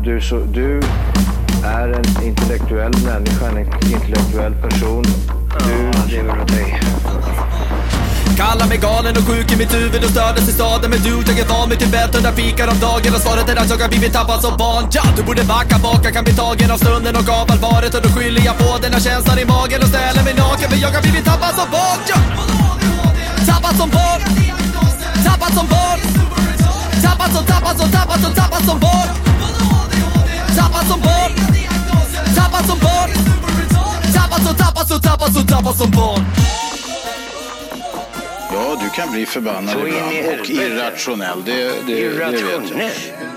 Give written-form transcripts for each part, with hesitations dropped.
du är en intellektuell människa, en intellektuell person. Du lever åt dig. Kallar mig galen och sjuk i mitt huvud och stördes i staden. Men du, jag är van vid Tibet under fikar om dagen. Och svaret är att jag har blivit tappad som barn. Ja, du borde backa bak, jag kan bli tagen av stunden och av allvaret. Och då skyller jag på den här känslan i magen och ställer mig naken. För jag har blivit tappad som barn. Ja. Tappad som barn. Tappad som barn. Tappad som barn. Tappad som barn. Tappad som barn. Tappad som barn. Ja, du kan bli förbannad ibland och irrationell. Det vet jag.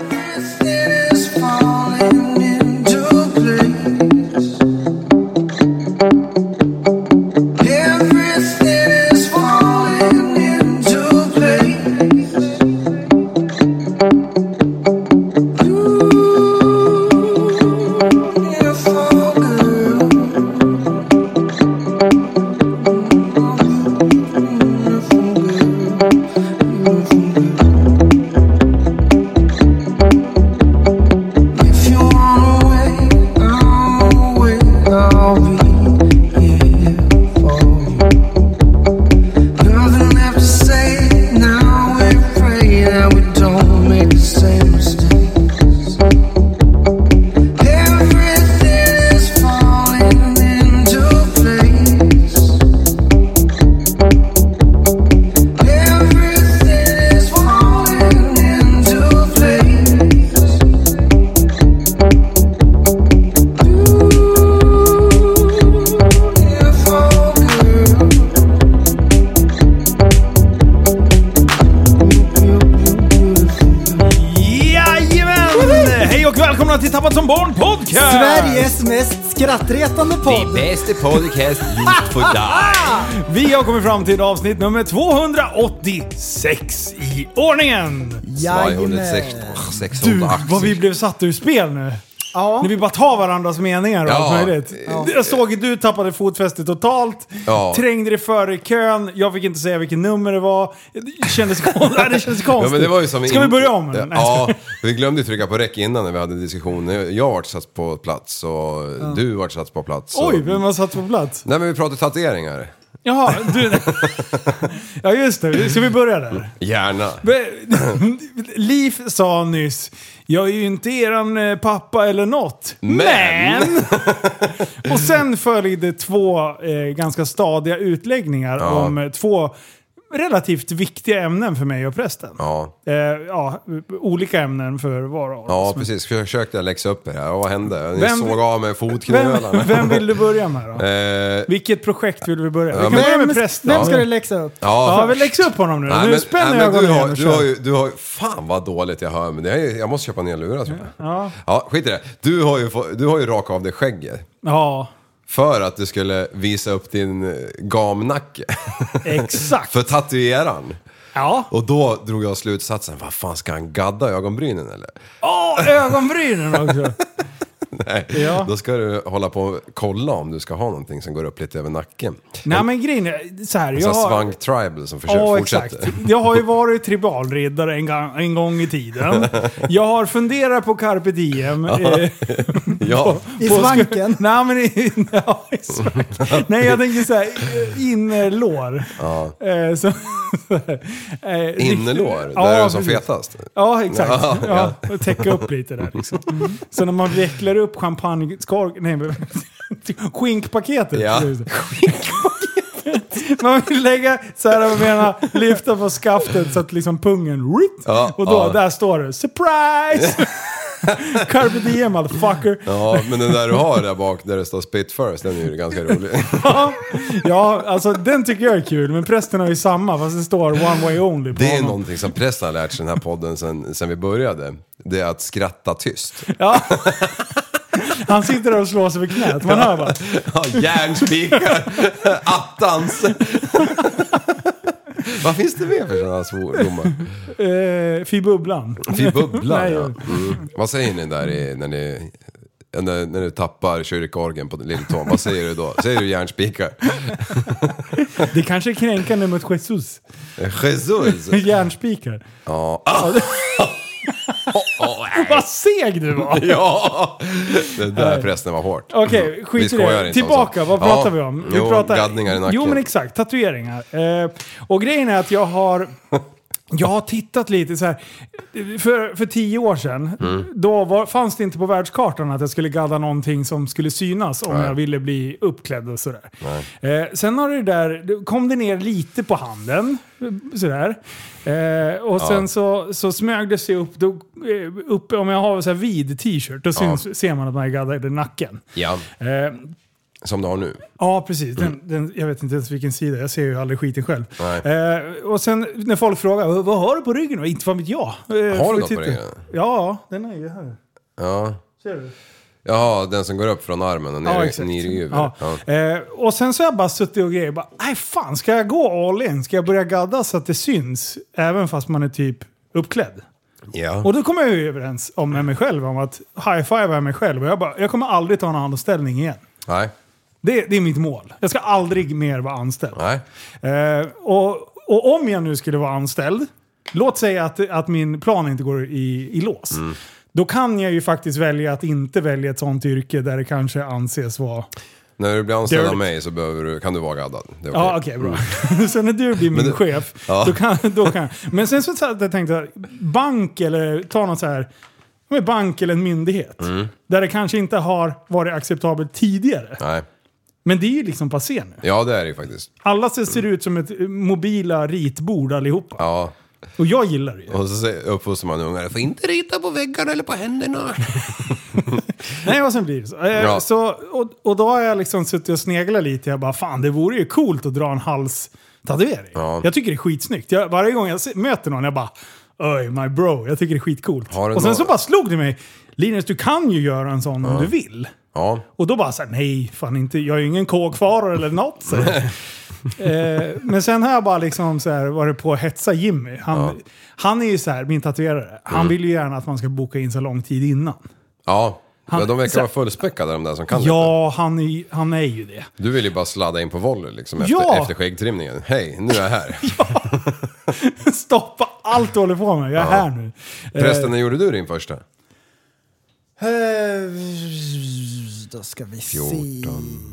Sveriges mest skrattretande podd. Det bästa podcast just för dig. Vi har kommit fram till avsnitt nummer 286 i ordningen. Du, vad vi blev satta ur spel nu. Ja. När vi bara tar varandras meningar och allt möjligt. Ja. Jag såg att du tappade fotfästet totalt. Ja. Trängde dig före kön. Jag fick inte säga vilket nummer det var. Det kändes konstigt. Ja, men det var ju som Ska vi börja om? Ja, vi glömde trycka på räck innan när vi hade diskussion. Jag var satt på plats och du var satt på plats. Oj, vem var satt på plats? Nej, men vi pratade tatueringar. Jaha, du... Ja, just det. Ska vi börja där? Gärna. Liv sa nyss, jag är ju inte eran pappa eller något. Men! Och sen följde två ganska stadiga utläggningar om två relativt viktiga ämnen för mig och prästen. Ja. Olika ämnen för var och ja, precis. Jag försökte läxa upp det här. Och vad hände? Ni såg av med fotknölarna. Vem vill du börja med då? Vilket projekt vill vi börja? Vi kan börja med prästen. Vem ska du läxa upp? Ja, vi läxa upp honom nu. Nu spänner jag ögonen. Du har fan vad dåligt jag hör. Men jag måste köpa ner lurar, tror jag. Ja, skit i det. Du har ju rakat av dig skägget. Ja. För att du skulle visa upp din gamnacke. Exakt. För tatueran. Ja. Och då drog jag slutsatsen, vad fan ska han gadda ögonbrynen eller? Ögonbrynen också. Nej, då ska du hålla på och kolla om du ska ha någonting som går upp lite över nacken. Nej, men grejen är så här. Svank Tribal som fortsätter. Exakt. Jag har ju varit tribalriddare en gång i tiden. Jag har funderat på Carpe Diem. I svanken? Nej, men i svanken. Nej, jag tänker så här, innerlår. Ja. Innerlår? Ja, där är det som fetast? Ja, exakt. Ja. Täcka upp lite där liksom. Så när man vecklar upp skinkpaketet. Ja. Man vill lägga så här, jag menar, lyfta på skaftet så att liksom pungen och då där står det surprise. Carpe Diem, motherfucker. Ja, men den där du har där bak där det står spit first, den är ju ganska rolig. Ja, alltså den tycker jag är kul. Men prästen har ju samma, fast det står one way only på det är honom. någonting som prästen har lärt sig i den här podden sen vi började. Det är att skratta tyst. Ja. Han sitter där och slår sig vid knät. Man hör bara. Ja, järnspikar. Attans. Vad finns det med för sådana svordomar? Fibubblan. Fibubblan, ja. Vad säger ni där när du tappar kyrkorgen på Lilltån? Vad säger du då? Säger du järnspikar? Det kanske är kränkande mot Jesus. Jesus? Järnspikar. Ja. Vad seg du var! Ja, det där förresten var hårt. Okej, skit i det. Tillbaka, vad pratar vi om? Vi pratar gaddningar i nacken. Jo men exakt, tatueringar. Och grejen är att jag har tittat lite så här. För 10 år sedan, då fanns det inte på världskartan att jag skulle gadda någonting som skulle synas om jag ville bli uppklädd och sådär. Sen har kom det ner lite på handen, sådär. Och sen så smög det sig upp om jag har så här vid t-shirt, då ser man att man gaddar i nacken. Ja. Som du har nu? Ja, precis. Jag vet inte ens vilken sida. Jag ser ju aldrig skiten själv. Och sen när folk frågar, vad har du på ryggen? Inte fan vet jag. Har du något på ryggen? Ja, den är ju här. Ja. Ser du? Ja, den som går upp från armen och ner i huvudet. Ja. Och sen så har jag bara suttit och grejer. Nej fan, ska jag gå all in? Ska jag börja gadda så att det syns? Även fast man är typ uppklädd. Ja. Och då kommer jag ju överens med mig själv om att high-five mig själv. Och jag kommer aldrig ta en anställning igen. Nej. Det är mitt mål. Jag ska aldrig mer vara anställd. Nej. Och om jag nu skulle vara anställd, låt säga att min plan inte går i lås. Då kan jag ju faktiskt välja att inte välja ett sånt yrke där det kanske anses vara... När du blir anställd av mig så kan du vara gaddad. Det är okay. Ja, okej, bra. Sen när du blir min chef, då kan men sen så jag tänkte jag, bank eller ta något så här... Med bank eller en myndighet. Där det kanske inte har varit acceptabelt tidigare. Nej. Men det är ju liksom passé nu. Ja, det är det ju faktiskt. Alla ser ut som ett mobila ritbord allihopa. Ja. Och jag gillar det ju. Och så uppfostrar man ungar. Får inte rita på väggarna eller på händerna. Nej, och sen blir det så. Och då har jag liksom suttit och sneglat lite. Jag bara, fan, det vore ju coolt att dra en halstatuering. Ja. Jag tycker det är skitsnyggt. Varje gång jag möter någon, jag bara... Oj, my bro. Jag tycker det är skitcoolt. Och sen så bara slog det mig. Linus, du kan ju göra en sån om du vill. Ja. Och då bara såhär, nej, fan inte. Jag är ju ingen kåkfarare eller något. Så. Men sen har jag bara liksom så här varit på att hetsa Jimmy. Han är ju så här, min tatuerare. Han vill ju gärna att man ska boka in så lång tid innan. Ja. Men de verkar vara fullspäckade, de där som kan Ja, han är ju det. Du vill ju bara sladda in på volley liksom efter skäggtrimningen. Hej, nu är jag här. Stoppa allt du håller på med. Jag är här nu. Förresten, när gjorde du din första? Då ska vi 14. se.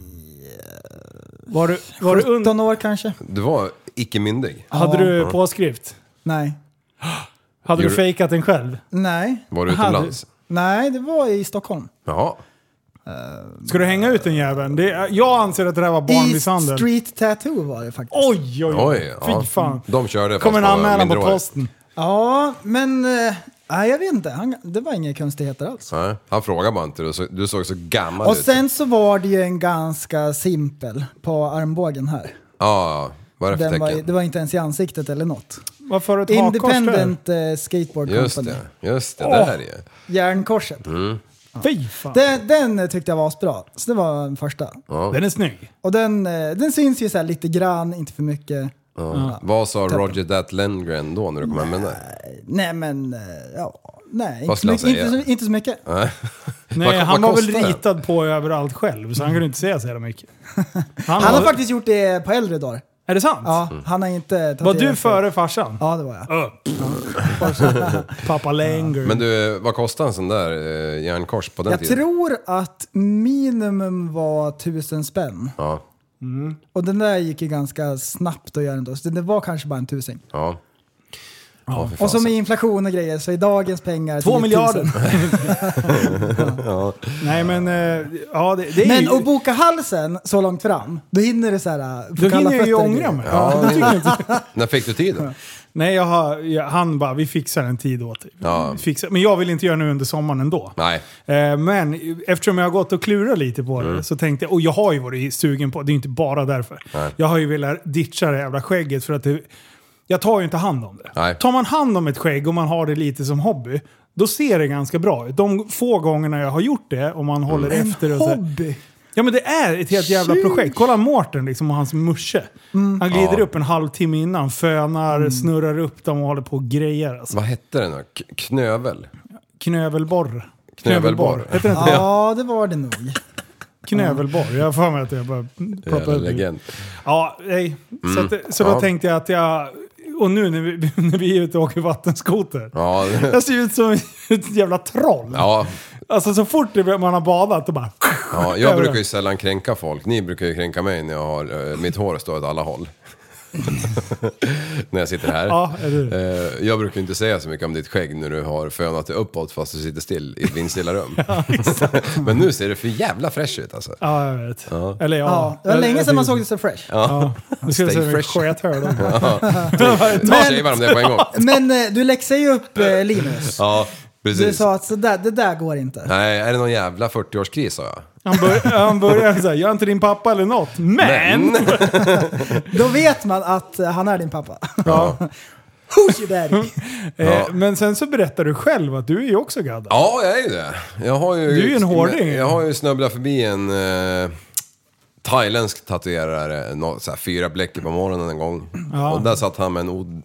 Var du 17 år kanske? Du var icke-myndig. Hade du påskrift? Nej. Hade du fejkat den själv? Nej. Var du utomlands? Nej, det var i Stockholm. Jaha. Ska du hänga ut den jäveln? Jag anser att det där var barnmisshandel. Street tattoo var det faktiskt. Oj. Fy fan. De körde kommer en anmälan på posten. Ja, men... Nej, jag vet inte. Det var inga konstigheter alls. Nej, han frågade bara inte. Du såg så gammal ut. Och sen så var det ju en ganska simpel på armbågen här. Ja, vad är det för tecken? Det var inte ens i ansiktet eller något. Varför ett Independent Skateboard Company. Just det, där är det. Järnkorset. Ja. Fy fan. Den tyckte jag var bra. Så det var den första. Ja. Den är snygg. Och den syns ju så här lite grann, inte för mycket. Ja. Vad sa Roger That Lundgren då när du kom hem med det? Nej, men... Nej, inte så mycket. Nej, han var väl ritad på överallt själv, så han kunde inte säga så jävla mycket. Han har faktiskt gjort det på äldre dagar. Är det sant? Ja, han har inte... Var du före farsan? Ja, det var jag. Pappa Langer. Men du, vad kostar en sån där järnkors på den tiden? Jag tror att minimum var 1000 spänn. Ja. Och den där gick ju ganska snabbt att göra ändå. Så det var kanske bara 1000. Ja. Och så med inflation och grejer, så i dagens pengar 2 miljarder. Nej, men det är men ju... att boka halsen så långt fram, då hinner det så här. Då hinner jag ju ångra mig. När fick du tiden? Nej, han bara, vi fixar en tid åt dig. Ja. Men jag vill inte göra nu under sommaren ändå. Nej. Men eftersom jag har gått och klurat lite på det, så tänkte jag, och jag har ju varit sugen på det, är inte bara därför. Nej. Jag har ju velat ditcha det jävla skägget för att jag tar ju inte hand om det. Nej. Tar man hand om ett skägg och man har det lite som hobby, då ser det ganska bra ut. De få gångerna jag har gjort det och man håller efter. Och hobby? Ja, men det är ett helt jävla projekt. Kolla Mårten liksom och hans musche. Han glider upp en halvtimme innan, fönar, snurrar upp dem och håller på och grejer. Alltså. Vad hette den då? Knövel? Knövelborr. Knövelborr. Ja, det var det nog. Knövelborr. Jag får med att jag bara ploppar upp. Legend. Ja, nej. Så då tänkte jag att Och nu när vi är ute och åker vattenskoter. Ja. Jag ser ut som ett jävla troll. Ja. Alltså så fort man har badat och bara... Ja, jag brukar ju sällan kränka folk. Ni brukar ju kränka mig när jag har mitt hår står åt alla håll. När jag sitter här. Ja, jag brukar inte säga så mycket om ditt skägg när du har fönat det uppåt fast du sitter still i ett vindstilla rum. Men nu ser det för jävla fresh ut alltså. Ja, jag vet. Ja. Eller det var länge sedan man såg det så fresh. Ja. Nu ska Stay se fresh. Skethörd. Ta tjejer om det på en gång. Men du läxar ju upp Linus. Ja, precis. Du sa att det där går inte. Nej, är det någon jävla 40-årskris sa jag? Han börjar säga, jag är inte din pappa eller något. Men! Då vet man att han är din pappa. Ja. Who's your daddy? Men sen så berättar du själv att du är ju också gaddad. Ja, jag är ju det. Jag har ju, du är ju en hårding. Jag har ju snubblat förbi en thailändsk tatuerare, så här 4 bläckor på morgonen en gång. Ja. Och där satt han med en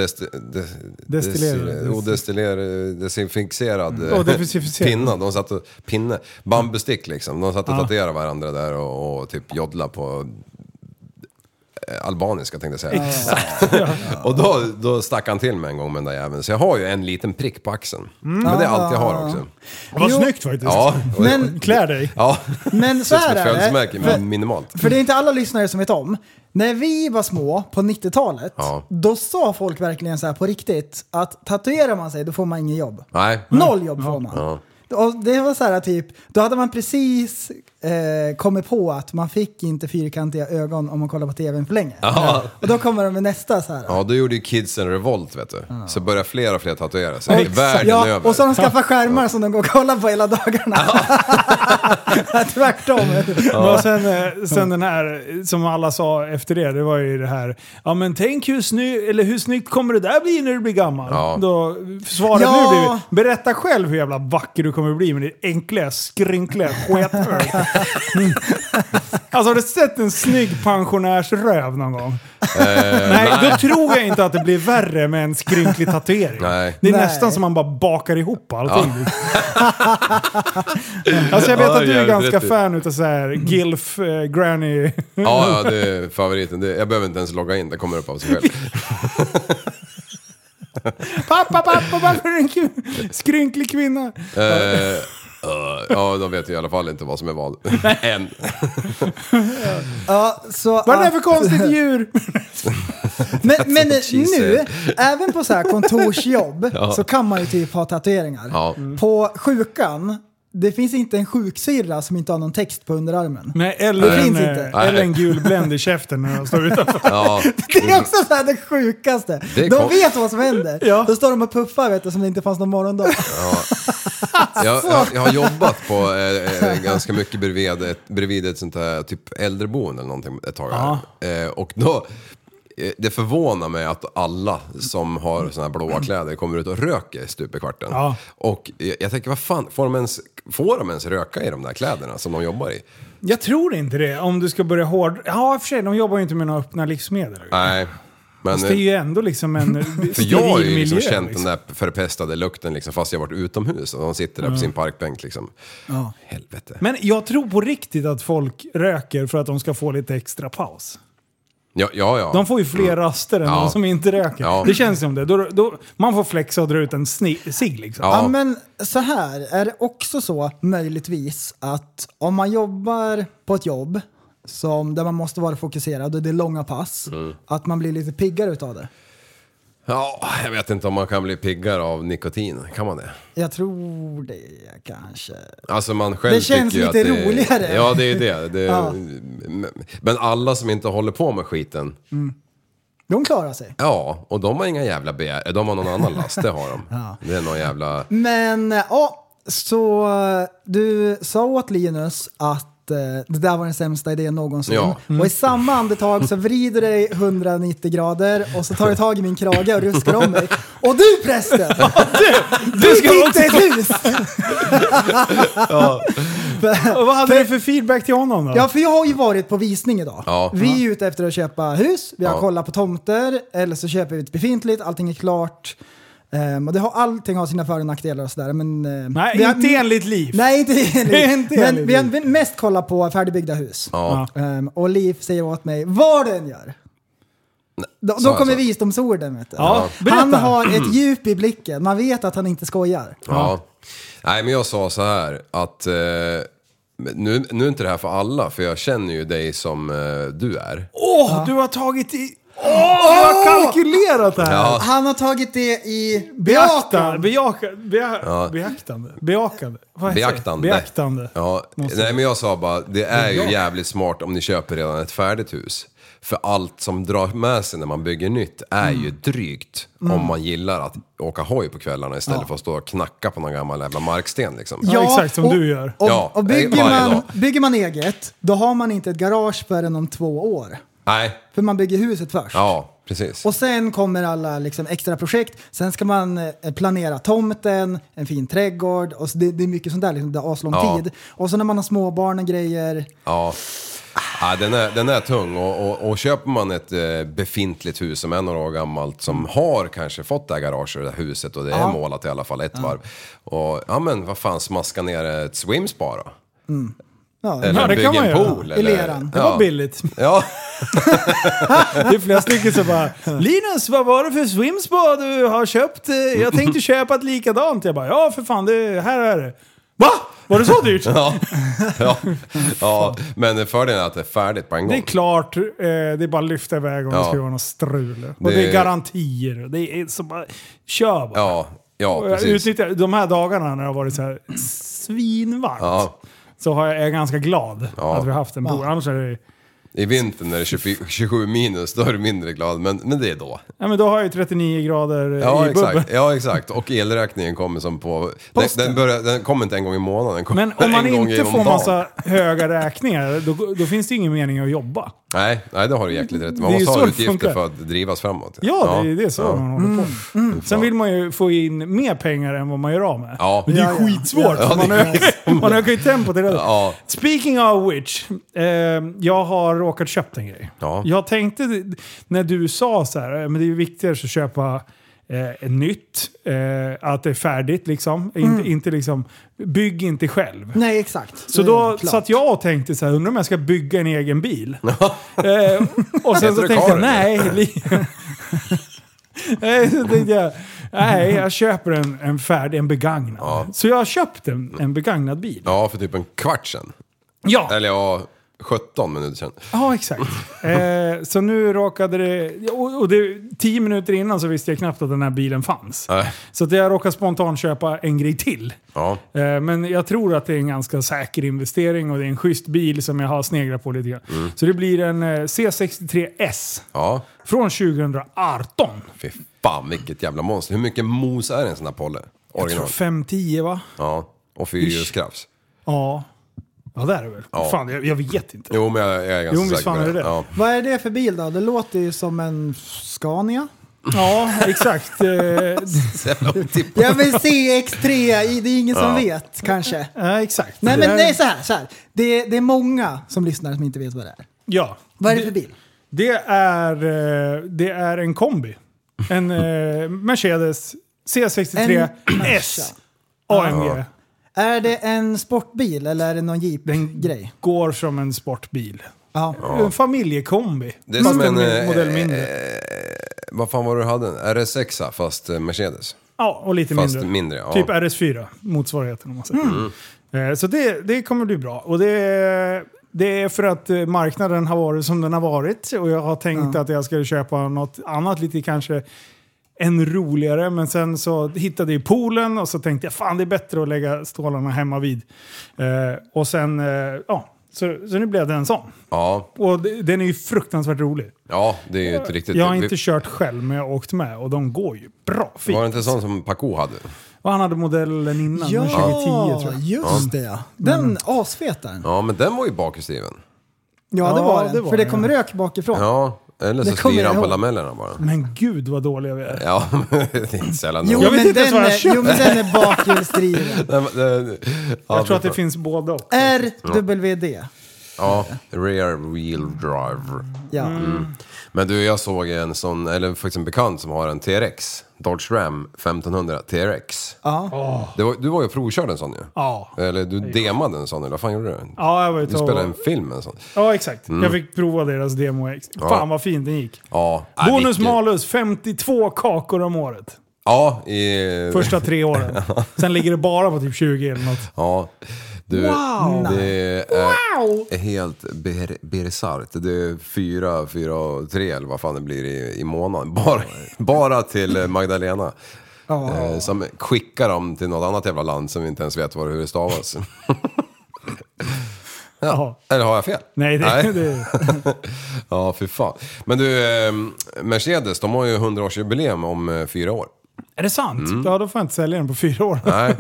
desinficerad pinna. De satt och bambustick liksom. De satt och tatuerade varandra där och typ joddla på albaniska tänkte jag säga. Exakt. Och då stack han till mig en gång med den där jäveln. Så jag har ju en liten prick på axeln. Men det är allt jag har också. Vad snyggt faktiskt. Ja, men klär dig. Ja. Men så här är det. Minimalt. För det är inte alla lyssnare som vet om. När vi var små på 90-talet, då sa folk verkligen så här på riktigt att tatuerar man sig, då får man ingen jobb. Nej. 0 jobb får man. Ja. Och det var så här typ, då hade man precis kommit på att man fick inte fyrkantiga ögon om man kollar på tvn för länge. Ja. Och då kommer de med nästa så här. Ja, då gjorde ju kids en revolt, vet du. Så börjar fler och fler tatuera sig. Världen över. Och så de skaffar skärmar som de går och kollar på hela dagarna. Tvärtom. Och sen den här, som alla sa efter det var ju det här. Ja men tänk hur snyggt kommer det där bli när du blir gammal? Ja. Då svaret nu blir berätta själv hur jävla vacker du kommer bli med det enkla, skrynkliga skethörd. Alltså har du sett en snygg pensionärsröv någon gång? Nej, då tror jag inte att det blir värre med en skrynklig tatuering. Nej. Det är nästan som man bara bakar ihop allting. Alltså jag vet att du är ganska fan utav så här gilf, granny. Ja, det är favoriten. Jag behöver inte ens logga in, det kommer upp av sig själv. Pappa, varför är det en skrynklig kvinna? Ja, de vet ju i alla fall inte vad som är vad. Än. Ja, så vad är det för konstigt djur? men nu, även på så här kontorsjobb så kan man ju typ ha tatueringar. Ja. På sjukan, det finns inte en sjuksyrra som inte har någon text på underarmen. Nej, eller en gul bländ i käften när de står utanför. Ja. Det är också så här det sjukaste. De vet vad som händer. Ja. Då står de och puffar, vet du, som det inte fanns någon morgondag. Ja. Jag har jobbat på ganska mycket bredvid ett sånt här typ äldreboende eller någonting ett tag här. Och då det förvånar mig att alla som har såna här blåa kläder kommer ut och röker stup i kvarten. Ja. Och jag tänker, vad fan, får de ens röka i de där kläderna som de jobbar i? Jag tror inte det. Om du ska börja Ja, för sig, de jobbar ju inte med några öppna livsmedel. Nej. Men, det är ju ändå liksom en för jag har ju liksom miljö, känt den där förpestade lukten liksom, fast jag varit utomhus och de sitter där på sin parkbänk liksom. Ja. Helvete. Men jag tror på riktigt att folk röker för att de ska få lite extra paus. Ja. De får ju fler raster än de som inte röker. Ja. Det känns som det. Då man får flexa och dra ut en cigg liksom. Ja, men så här är det också så möjligtvis att om man jobbar på ett jobb där man måste vara fokuserad och det är långa pass, att man blir lite piggare utav det. Ja, jag vet inte om man kan bli piggare av nikotin. Kan man det? Jag tror det kanske. Alltså man själv det känns lite att roligare. Ja, det är det. Ja. Men alla som inte håller på med skiten, de klarar sig. Ja, och de har inga jävla begär. De har någon annan last, det har de. Ja. Det är någon jävla... Men, så du sa åt Linus att det där var den sämsta idén någonsin. Ja. Och i samma andetag så vrider dig 190 grader och så tar du tag i min krage och ruskar om mig. Och du prästen! du fick ett hus! Ja. Och vad hade du för feedback till honom då? Ja, för jag har ju varit på visning idag. Ja. Vi är ute efter att köpa hus. Vi har kollat på tomter. Eller så köper vi ett befintligt. Allting är klart. Och allting har sina för- och nackdelar och sådär. Men, nej, inte enligt Liv. Nej, inte enligt. Men vi har mest kollat på färdigbyggda hus. Ja. Och Liv säger åt mig, vad den gör. Då kommer visdomsorden, vet du. Ja, han har ett djup i blicken. Man vet att han inte skojar. Ja. Nej, men jag sa så här att nu är inte det här för alla, för jag känner ju dig som du är. Du har tagit i... du har kalkylerat det här. Ja. Han har tagit det i Beaktande. Ja. Nej, men jag sa bara, det är ju jävligt smart om ni köper redan ett färdigt hus. För allt som drar med sig när man bygger nytt är ju drygt om man gillar att åka hoj på kvällarna istället för att stå och knacka på någon gammal jävla marksten liksom. Ja, exakt som du gör. Och bygger man eget, då har man inte ett garage förrän om 2 år. Nej. För man bygger huset först. Ja, precis. Och sen kommer alla liksom extra projekt. Sen ska man planera tomten, en fin trädgård. Och så det är mycket sånt där, liksom, det är aslång tid. Och så när man har småbarn och grejer. Ja, den är tung. Och köper man ett befintligt hus som är några år gammalt, som har kanske fått det här garaget och det här huset, och det är målat i alla fall ett varv. Och men vad fan, smaska ner ett swimspa då? Ja, eller det kan man en pool, göra. eller... I leran. Det var billigt. Ja. Det är flera stycken som bara, Linus, vad var det för swimspa du har köpt? Jag tänkte köpa ett likadant. Jag bara, ja för fan, det här är det. Va? Var det så dyrt? Ja, men fördelen är att det är färdigt på en gång. Det är klart, det är bara att lyfta iväg om det ska vara något strul. Och det är garantier. Det är så bara, kör bara. Ja, precis. Utnyttja de här dagarna när det har varit så här svinvarmt. Ja. Så är jag ganska glad att vi har haft en pool. Annars är det... I vintern när det är 27 minus, då är du mindre glad, men det är då. Ja, men då har jag ju 39 grader i bubbel. Ja, exakt. Och elräkningen kommer som på... Den kommer inte en gång i månaden. Men om man inte får massa höga räkningar, då finns det ingen mening att jobba. Nej, det har du jäkligt rätt. Man måste ha utgifter för att drivas framåt. Ja, det är så man håller på. Sen vill man ju få in mer pengar än vad man gör av med. Ja. Men det är skitsvårt. Man ökar ju tempot i det. Ja. Speaking of which, jag har råkat köpt en grej. Ja. Jag tänkte, när du sa så här, men det är ju viktigare att köpa nytt, att det är färdigt liksom. Inte liksom, bygg inte själv. Nej, exakt. Så då satt jag och tänkte så här, undrar om jag ska bygga en egen bil. Och sen så tänkte jag, nej, jag köper en begagnad. Ja. Så jag köpte en begagnad bil. Ja, för typ en kvart sedan. Ja. Eller 17 minuter sedan. Ja, exakt. Så nu råkade det... Och 10 minuter innan så visste jag knappt att den här bilen fanns. Så att jag råkade spontant köpa en grej till. Ja. Men jag tror att det är en ganska säker investering och det är en schysst bil som jag har sneglat på lite grann. Så det blir en C63S. Ja. Från 2018. Fy fan, vilket jävla monster. Hur mycket mos är en sån här Polle? Original. Jag tror 5-10 va? Ja, och 4 skrafs. Ja. Ja, det är det väl. Ja. Fan, jag vet inte. Jo, men jag är ganska säker på det. Ja. Vad är det för bil då? Det låter ju som en Scania. Ja, exakt. Jag vill se X3, det är ingen som vet, kanske. Ja, exakt. Nej, men nej, så här. Det är många som lyssnar som inte vet vad det är. Ja. Vad är det för bil? Det är en kombi. En Mercedes C63 S AMG. Är det en sportbil eller är det någon Jeep-grej? Går som en sportbil. Ja. En familjekombi. Det är som en modell mindre. Vad fan var det du hade? RS6 fast Mercedes. Ja, och lite fast mindre. Ja. Typ RS4, motsvarigheten om man säger. Så det kommer bli bra. Och det är för att marknaden har varit som den har varit. Och jag har tänkt att jag ska köpa något annat lite kanske än roligare. Men sen så hittade jag poolen och så tänkte jag fan det är bättre att lägga stålarna hemma vid. Och sen, så nu blev det en sån. Ja. Och den är ju fruktansvärt rolig. Ja, det är ju inte riktigt... Jag har inte kört själv men jag har åkt med och de går ju bra fint. Var det inte sån som Paco hade? Och han hade modellen innan, 2010 tror jag. Just det. Den asfetaren. Ja, men den var ju bakhjulsdriven. Ja, det var den. För det kom rök bakifrån. Ja, eller så slirar han på lamellerna bara. Men gud vad dåliga vi är. Ja, det är inte sällan. Jo, men den är bakhjulsdriven. Jag tror att det finns både också. RWD. Ja, rear wheel drive. Ja. Men du, jag såg en sån, eller faktiskt en bekant som har en TRX. Dodge Ram 1500 TRX. Ja. Du var ju provkörd en sån ju. Ja. Eller du demade en sån, eller vad fan gjorde du? Ja, jag var Du spelade en film en sån. Ja, exakt. Jag fick prova deras demo. Fan vad fint den gick. Ja. Bonus malus, 52 kakor om året. Ja, Första 3 åren. Sen ligger det bara på typ 20 eller något. Ja. Du, Wow. Det är helt bisarrt. Det är 4 och 3 eller vad fan det blir i månaden. Bara till Magdalena. Som skickar dem till något annat jävla land som vi inte ens vet hur det stavas. Ja. Eller har jag fel? Nej, det... Ja, för fan. Men du, Mercedes, de har ju 100-årsjubileum om 4 år. Är det sant? Ja, då får jag inte sälja den på 4 år. Nej.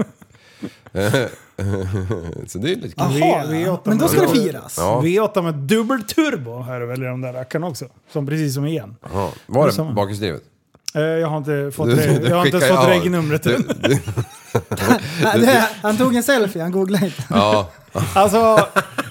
Så det är lite kul. V8 men då ska det firas. Ja. V8 med dubbelturbo här är väl de där rackarna också. Som precis som igen. Var det bakhjulsdrivet? Jag har inte fått regnumret. Han tog en selfie, han googlade inte. Ja. Alltså...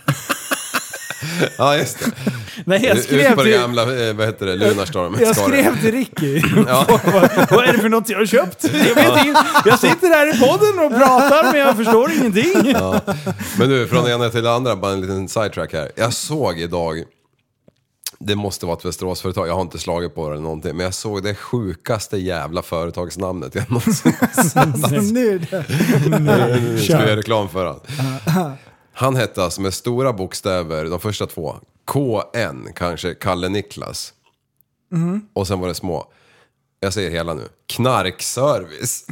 Ja, just det. Nej, jag skrev på det gamla, vad heter det, Lunarstorm. Jag skrev till Ricky. Vad är det för något jag har köpt? Jag vet inte. Jag sitter här i podden och pratar, men jag förstår ingenting. Ja. Men du, från det ena till det andra, bara en liten sidetrack här. Jag såg idag, det måste vara ett Västeråsföretag, jag har inte slagit på det eller någonting, men jag såg det sjukaste jävla företagsnamnet jag någonsin Nu ska jag reklam för han. Han hette alltså med stora bokstäver, de första 2, KN, kanske Kalle Niklas. Och sen var det små, jag säger hela nu, Knarkservice.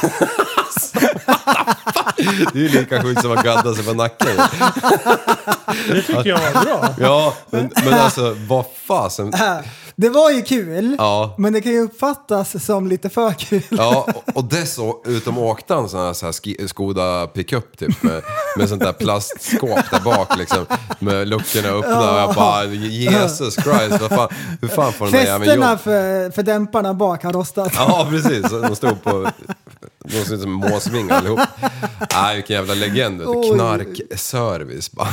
Det är ju lika sjukt som att gadda sig på nacken. Det tycker jag var bra. Ja, men alltså, vad fasen. Det var ju kul, Ja. men det kan ju uppfattas som lite för kul. Ja, och dessutom åkte han sån här Skoda pickup typ med sånt där plastskåp där bak liksom, med luckorna öppna och jag bara, Jesus Christ, hur fan får den där jäveln jobb? Fästena för dämparna bak har rostat. Ja, precis, de stod på, de ser ut som måsvingar allihop. Nej, vilken jävla legend, Knarkservice bara.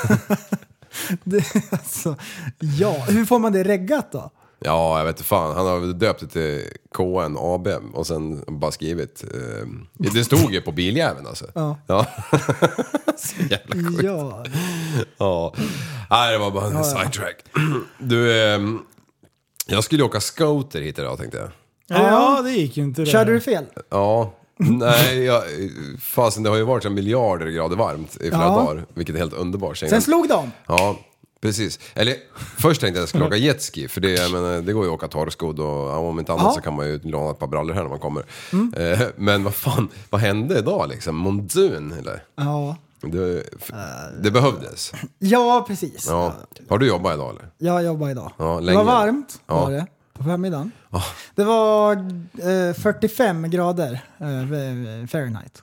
Alltså, ja, hur får man det reggat då? Ja, jag vet inte fan. Han har döpt det till KN AB och sen bara skrivit. Det stod ju på biljäveln alltså. Ja. Så jävla sjukt. Ja. Ja. Nej, det var bara en sidetrack. Du, jag skulle åka scooter hit idag tänkte jag. Ja, det gick ju inte. Det. Körde du fel? Ja. Nej, fasen det har ju varit så miljarder grader varmt i flera dagar. Vilket är helt underbart. Sen slog de. Ja, precis. Eller först tänkte jag skulle åka jetski. För det går ju att åka torrskod. Och om inte annat så kan man ju låna ett par brallor här när man kommer. Men vad hände idag liksom? Monsun eller? Ja. Det behövdes. Ja, precis. Ja. Har du jobbat idag eller? Jag jobbar idag. Ja, det var varmt var det. På förmiddagen. Det var 45 grader Fahrenheit.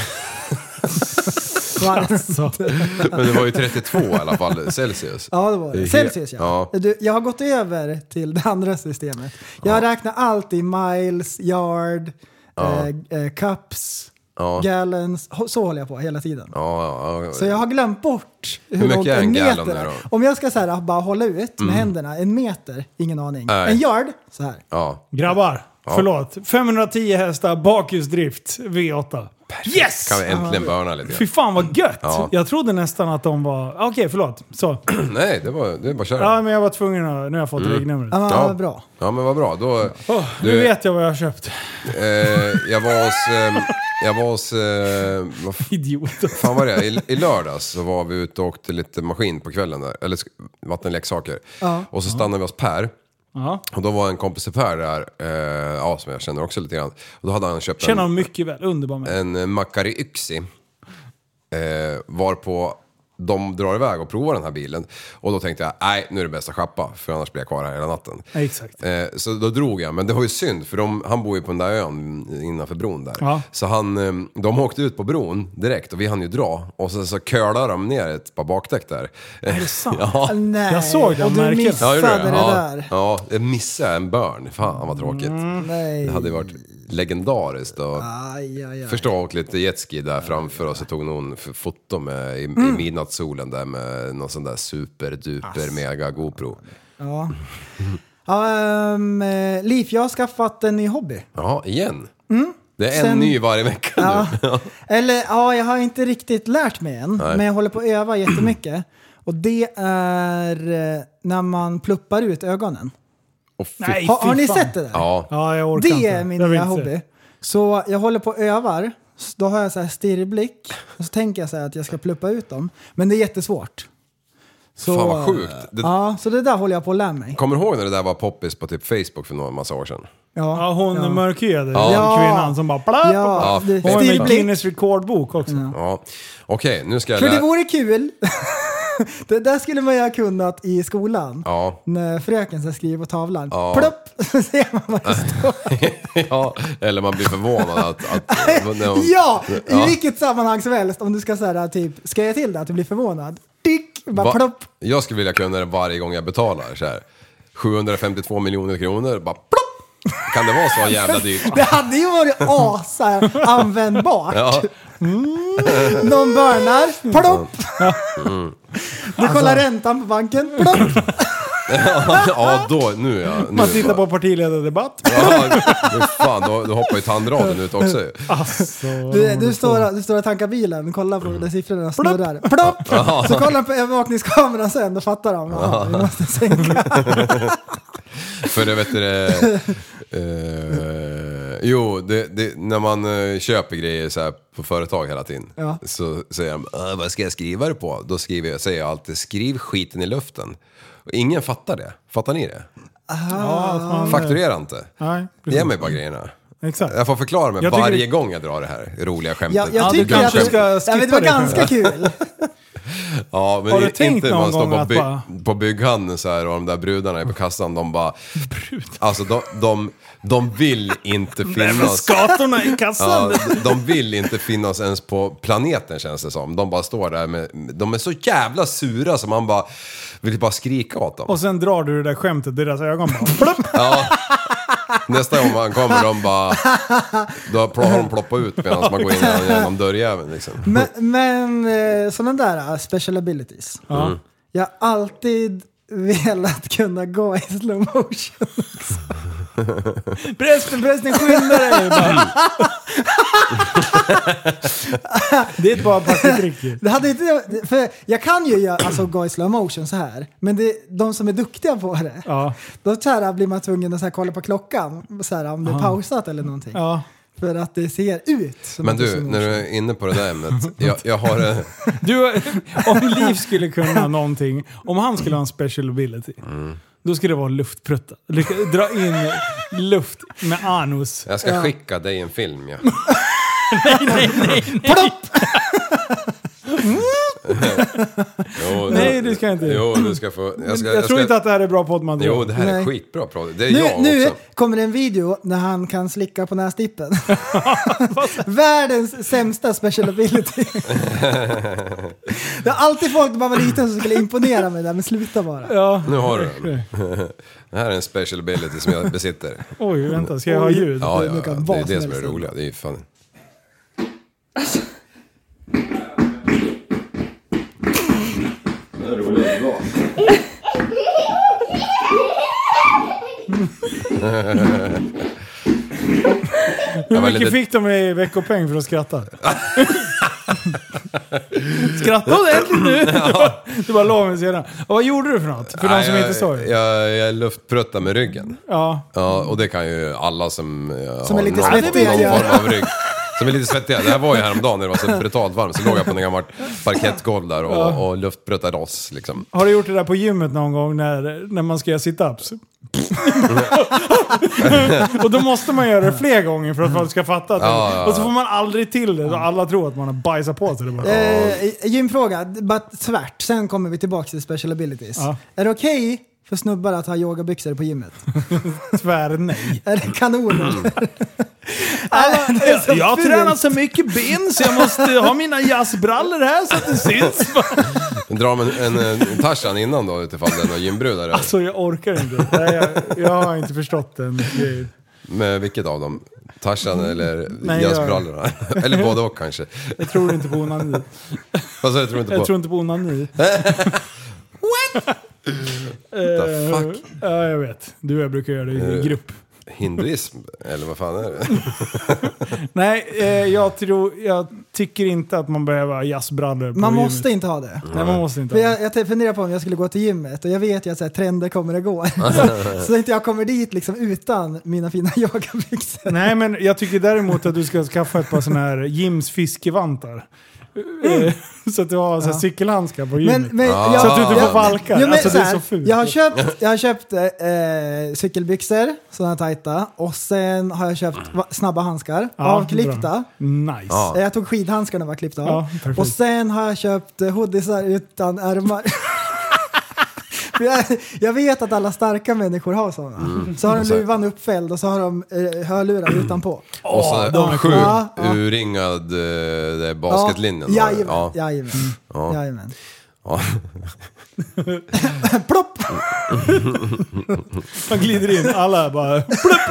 Men det var ju 32 i alla fall Celsius. Ja, det var det. Celsius, ja. Jag har gått över till det andra systemet. Jag räknar allt i miles, yard, cups, gallons. Så håller jag på hela tiden. Så jag har glömt bort hur mycket är en gallon är. Då? Om jag ska så här, bara hålla ut med händerna, en meter, ingen aning. En yard, så här. Grabbar, förlåt. 510 hästar, bakhjulsdrift, V8. Yes! Kan vi äntligen börna lite. Fy fan vad gött! Ja. Jag trodde nästan att de var... Okej, förlåt. Så. Nej, det är bara köra. Ja, men jag var tvungen att... Nu har jag fått regnumret. Ja, bra. Ja, men vad bra. Då, nu vet jag vad jag har köpt. Jag var hos... Idiot. Fan var det? I lördags så var vi ute och åkte lite maskin på kvällen där. Eller vattenleksaker. Och så stannade vi hos Per. Och då var en kompis till Per där, som jag känner också lite grann. Och då hade han köpt känner han mycket väl, underbar med. En Macari Yxi. Varpå de drar iväg och provar den här bilen. Och då tänkte jag, nej nu är det bäst att schappa. För annars blir jag kvar här hela natten. Exakt. Så då drog jag, men det var ju synd. För han bor ju på den där ön innanför bron där. Så de åkte ut på bron direkt och vi hann ju dra. Och så curlade de ner ett par bakdäck där. Är det sant? Nej. Jag såg det. Och du missade det där. Ja, jag missade en burn. Fan vad tråkigt. Nej. Det hade ju varit legendariskt. Och förstå åkt lite jetski där framför oss och tog någon foto med i midnattssolen där med någon sån där superduper mega GoPro. Ja. Liv, jag har skaffat en ny hobby. Ja, igen. Det är en ny varje vecka nu. Eller jag har inte riktigt lärt mig än. Nej. Men jag håller på att öva jättemycket. Och det är när man pluppar ut ögonen. Nej, har ni sett det där? Ja, jag orkar inte. Det är min nya hobby. Så jag håller på att övar. Då har jag så här stirrblick. Och så tänker jag så här att jag ska pluppa ut dem. Men det är jättesvårt. Så, fan vad sjukt. Så det där håller jag på att lära mig. Kommer du ihåg när det där var poppis på typ Facebook för några massa år sedan? Ja, hon mörkhyade kvinnan som bara hon har en Guinness rekordbok också. Ja. Okej, nu ska jag för det vore kul. Det där skulle man ju ha kunnat i skolan. Ja. När fröken ska skriva på tavlan. Ja. Plopp! Så ser man vad det står. Ja, eller man blir förvånad att i vilket sammanhang som helst. Om du ska säga typ, ska jag till det att du blir förvånad? Dick, bara plopp. Jag skulle vilja kunna det varje gång jag betalar så här. 752 miljoner kronor, bara plopp. Kan det vara så jävla dyrt? Det hade ju varit användbart. Ja. Någon börnar, plopp. Du kollar räntan på banken, plopp. Ja, då, nu ja. Man tittar på partiledardebatt. Ja, fan, då hoppar ju tandraden ut också. Du står och tankar bilen, kollar på de siffrorna snurrar. Plopp! Så kollar på övervakningskameran sen, då fattar de. Vi måste sänka. För det vet du, när man köper grejer så här på företag hela tiden, så säger de, vad ska jag skriva det på? Då säger jag alltid, skriv skiten i luften. Och ingen fattar det. Fattar ni det? Fakturera inte. Nej, ge mig bara grejerna. Exakt. Jag får förklara mig varje gång jag drar det här roliga skämtet. Jag tycker att det var ganska kul. Ja, men har du tänkt inte någon man gång står på bygghandeln så här, och de där brudarna är på kassan, de bara alltså de vill inte finnas skatorna i kassan. De vill inte finnas ens på planeten, känns det som. De bara står där de är så jävla sura som man bara vill bara skrika åt dem. Och sen drar du det där skämtet i deras ögon bara. Ja. Nästa gång man kommer de bara då har de ploppat ut medan man går in genom dörrjäveln liksom. Men sådana där special abilities. Jag har alltid velat kunna gå i slow motion också. Prästen skynda dig. Det är ett bara partitrick. Det hade inte, för jag kan ju gå i slow motion så här, men de som är duktiga på det, då så här, blir man tvungen att så här, kolla på klockan så här, om det är pausat eller någonting. För att det ser ut som. Men du, när du är inne på det där ämnet, jag har om Liv skulle kunna någonting, om han skulle ha en special ability, då skulle det vara luftprutta. Dra in luft med anus. Jag ska skicka dig en film, nej. Plopp! Nej, du ska inte. Jo, du ska få. Jag tror inte att det här är bra poddmaterial. Jo, det här är skitbra podd. Det är jag också. Nu kommer det en video när han kan slicka på nästippen. Världens sämsta special ability. Det är alltid folk när man var liten som skulle imponera med det, men sluta bara. Ja. Nu har du den. Det här är en special ability som jag besitter. Oj, vänta, ska jag ha ljud? Ja, det är det som är roliga. Det är ju fan. Hur mycket fick de i veckopeng för att skratta? Skratta ordentligt nu. Du bara låg mig sedan. Och vad gjorde du för något? För de som inte såg. Jag luftpruttade med ryggen. Ja, och det kan ju alla som är lite svettiga någon form av rygg. Som är lite svettiga. Det här var ju häromdagen när det var så brutalt varmt. Så låg jag på en gammal parkettgolv där och luftpruttade oss liksom. Har du gjort det där på gymmet någon gång när man ska göra sit-ups? Och då måste man göra det fler gånger för att folk ska fatta att och så får man aldrig till det. Så alla tror att man har bajsat på sig. Gymfråga, bara tvärt. Sen kommer vi tillbaka till special abilities. Är det okej för snubbar att ha yogabyxor på gymmet? Tvär nej. Är det kanon? Jag har tränat så mycket ben så jag måste ha mina jazzbrallor här så att det syns. Dra en Tarzan innan då utifall det är någon gymbrudare. Alltså jag orkar inte. Jag har inte förstått den grejen. Med vilket av dem? Tarzan eller jazzbrallorna? Eller både och kanske. Jag tror inte på onani. Vad sa du, tror inte på? Jag tror inte på onani. What? The fuck? Ja, jag vet. Du och jag brukar göra det i grupp. Hinduism? Eller vad fan är det? Nej, jag tycker inte att man behöver ha jazzbrallor på Man gymmet. måste inte ha det. Nej, man måste inte ha det. Jag funderar på om jag skulle gå till gymmet och jag vet ju att så här, trender kommer och går. så inte jag kommer dit liksom utan mina fina yogabyxor. Nej, men jag tycker däremot att du ska skaffa ett par såna här Jims fiskevantar. Så att du har så här cykelhandskar på gymmet. Så att du inte får valkar. Jo, men, alltså, så det här, är så fult. jag har köpt cykelbyxor, sådana tajta. Och sen har jag köpt snabba handskar, avklippta. Bra. Nice. Jag tog skidhandskarna och var klippt av. Ja, och sen har jag köpt hoodiesar utan ärmar. Jag vet att alla starka människor har sådana. Så har de luvan uppfälld och så har de hörlurar utanpå. Och så 7 urringad basketlinjen. Jajamän. Ja. Plopp! Man glider in, alla bara plopp!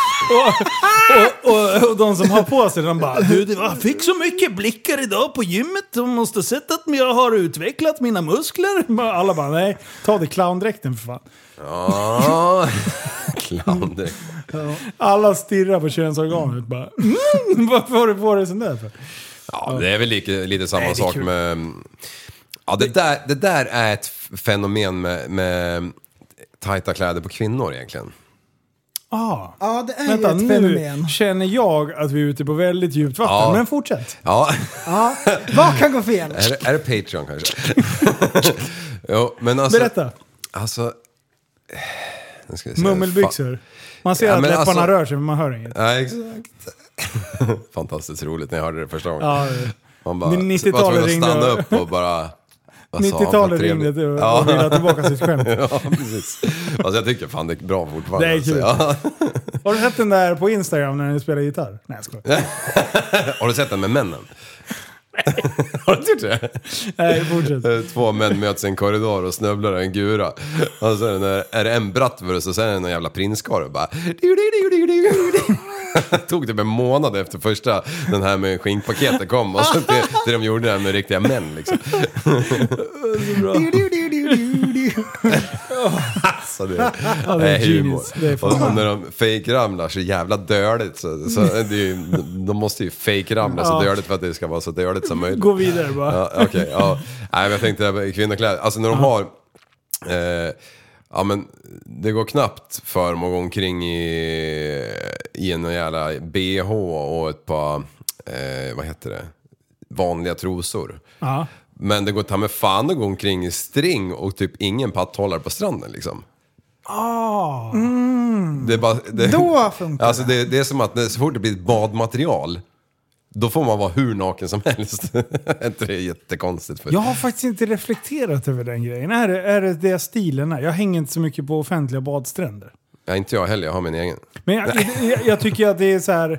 Och de som har på sig, de bara jag fick så mycket blickar idag på gymmet. De måste ha sett att jag har utvecklat mina muskler. Alla bara, nej, ta det clowndräkten för fan. Ja, clowndräkt. Alla stirrar på könsorganet bara, varför har du på dig sån där för? Ja, det är väl lite samma sak med... Ja, det där är ett fenomen med tajta kläder på kvinnor egentligen. Ja, det är ju ett fenomen. Nu känner jag att vi är ute på väldigt djupt vatten, men fortsätt. Ja. Vad kan gå fel? Är det Patreon kanske? Jo, men alltså... Berätta. Alltså... Ska jag säga, mummelbyxor. Man ser att läpparna rör sig, men man hör inget. Ja, exakt. Fantastiskt roligt när jag hörde det första gången. Ja, man bara 90-talet ringde. Stanna upp och bara... 90-talet ringde och ville ha tillbaka sitt skämt. Ja, precis. Alltså jag tycker fan det är bra fortfarande. Det är kul. Ja. Har du sett den där på Instagram när ni spelar gitarr? Nej, jag skojar. Har du sett den med männen? Har du inte gjort det? Nej, fortsätt. 2 män möts i en korridor och snöbblar en gura. Och så är det en brattvurst och sen är det en jävla prinskar och bara... Tog typ en månad efter första den här med skinkpaketet kom och så till de gjorde det här med riktiga män liksom. Så bra. Alltså det är humor. Och när de fake-ramlar så jävla döligt så de måste ju fake-ramla så döligt för att det ska vara så döligt som möjligt. Gå vidare bara. Ja, okej. Nej, men jag tänkte kvinnokläder. Alltså när de har... ja men det går knappt för dem att gå omkring i en jävla BH och ett par vad heter det, vanliga trosor. Men det går ta med fan att gå omkring i string och typ ingen patthållare på stranden liksom. Det är bara, Då funkar alltså det är som att så fort det blir ett badmaterial då får man vara hur naken som helst. Inte det är jättekonstigt. Jag har faktiskt inte reflekterat över den grejen. Är det stilen är? Jag hänger inte så mycket på offentliga badstränder. Ja, inte jag heller. Jag har min egen. Men jag tycker att det är så här...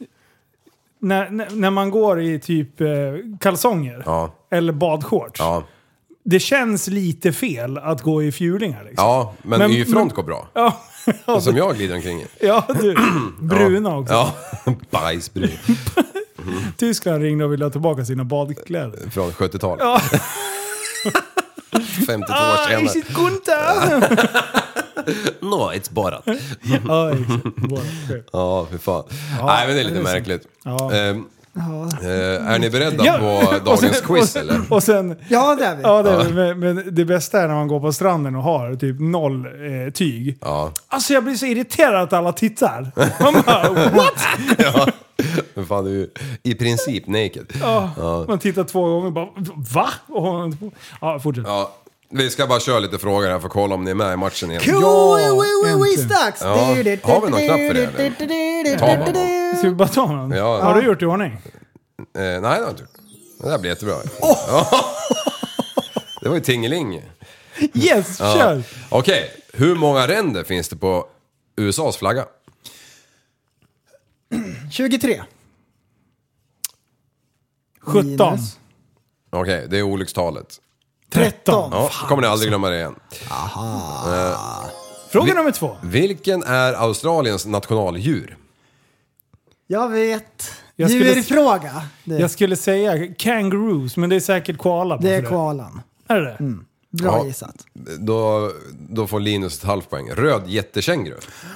När man går i typ kalsonger eller badshorts. Det känns lite fel att gå i fjulingar liksom. Ja, men i front går bra. Ja, som jag glider omkring i. Ja, du. Bruna också. Ja, bajsbrun. Tyskland ringde och ville ha tillbaka sina badkläder. Från 70-talet. Ja. 52 år senare. Is it Gunther? No, it's Borat. Ja, för fan. Nej, men det är lite märkligt. Är ni beredda på dagens quiz eller? Och sen, ja, det är vi. Ja, det är vi. Men det bästa är när man går på stranden och har typ 0 tyg. Ja. Alltså jag blir så irriterad att alla tittar. Man bara, what? Ja. Men fan, du är ju i princip naked. Ja. Man tittar 2 gånger och bara, va? Ja, fortsätt. Ja. Vi ska bara köra lite frågor här för att kolla om ni är med i matchen igen. Quiz-dags! Ja. Har vi någon knapp för det eller? Ta bara. Ska vi bara ta någon? Ja. Har du gjort i ordning? Nej, det har jag inte gjort. Det där blir jättebra. Ja. Det var ju tingeling. Yes, kör! Okej, hur många ränder finns det på USAs flagga? 23. 17. Okej, det är olyckstalet. 13. Ja, kommer ni aldrig glömma det igen. Fråga nummer 2. Vilken är Australiens nationaldjur? Jag vet. Djurfråga. Jag skulle säga kangaroos, men det är säkert koala. Det är koalan. Är det? Bra gissat. Då får Linus ett halvt poäng. Röd jättekänguru.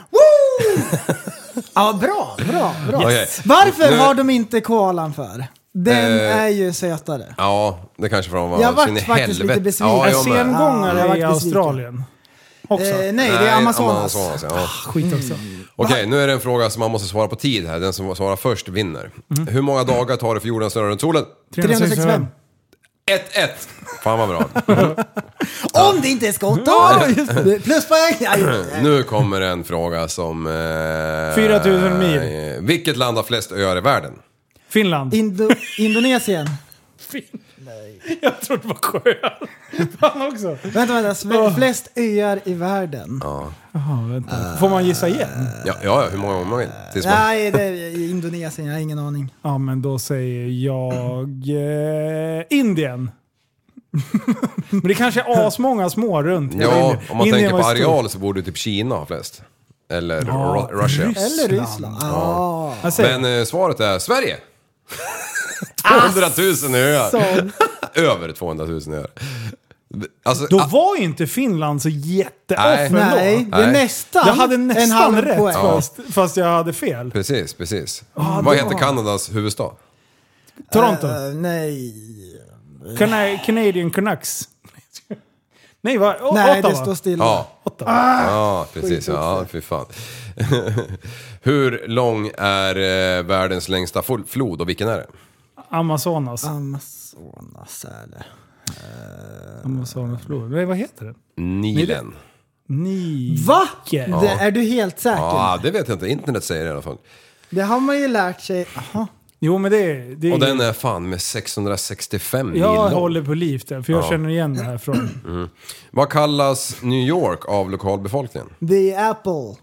Ja, bra. Yes. Varför har de inte koalan för? Den är ju sötare. Ja, det kanske för att de var jag varit faktiskt lite besviken. Sengångare i Australien. Nej, det är Amazonas. Skit också. Okej, nu är det en fråga som man måste svara på tid här. Den som svarar först vinner. Hur många dagar tar det för jorden att snurra runt solen? 365. 1-1. Fan vad bra. Om det inte är skott. Pluspoäng. Nu kommer en fråga som... 4000 mil. Vilket land har flest öar i världen? Finland. Indonesien. Nej. Jag tror det var sjöar. Fan också. Vänta. Flest öar i världen. Ja. Vänta. Får man gissa igen? Ja, hur många gånger? Nej, det är Indonesien. Jag har ingen aning. Ja, men då säger jag Indien. Men det kanske är asmånga små runt. Ja, om man Indien tänker på areal så borde typ Kina ha flest. Eller Russia. Eller Ryssland. Ja. Men svaret är Sverige. 200 000 öar. Över 200 000 öar. Alltså, då var ju inte Finland så jätteoff. Nej, det är nästan. Jag hade nästan rätt poäng. fast jag hade fel. Precis. Vad heter Kanadas huvudstad? Toronto. Nej. Canadian Canucks. Nej, vad? Nej, Ottawa. det står stilla. Ja, precis. Ja, fy fan. Hur lång är världens längsta flod och vilken är det? Amazonas är det. Amazonasflod. Nej, vad heter den? Nilen. Va? Det är du helt säker? Ja, det vet jag inte. Internet säger det i alla fall. Det har man ju lärt sig. Aha. Jo, men det och den är fan med 665 mil jag lång. håller på liv där, för jag känner igen det här från. Vad kallas New York av lokalbefolkningen? The Apple.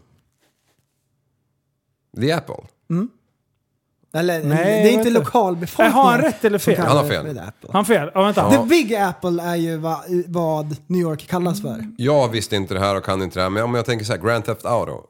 The Apple? Eller, nej, det är inte lokalbefolkningen. Har han rätt eller fel? Han har fel. Han fel? Ja, vänta. The Big Apple är ju vad New York kallas för. Jag visste inte det här och kan inte det här. Men om jag tänker så här, Grand Theft Auto.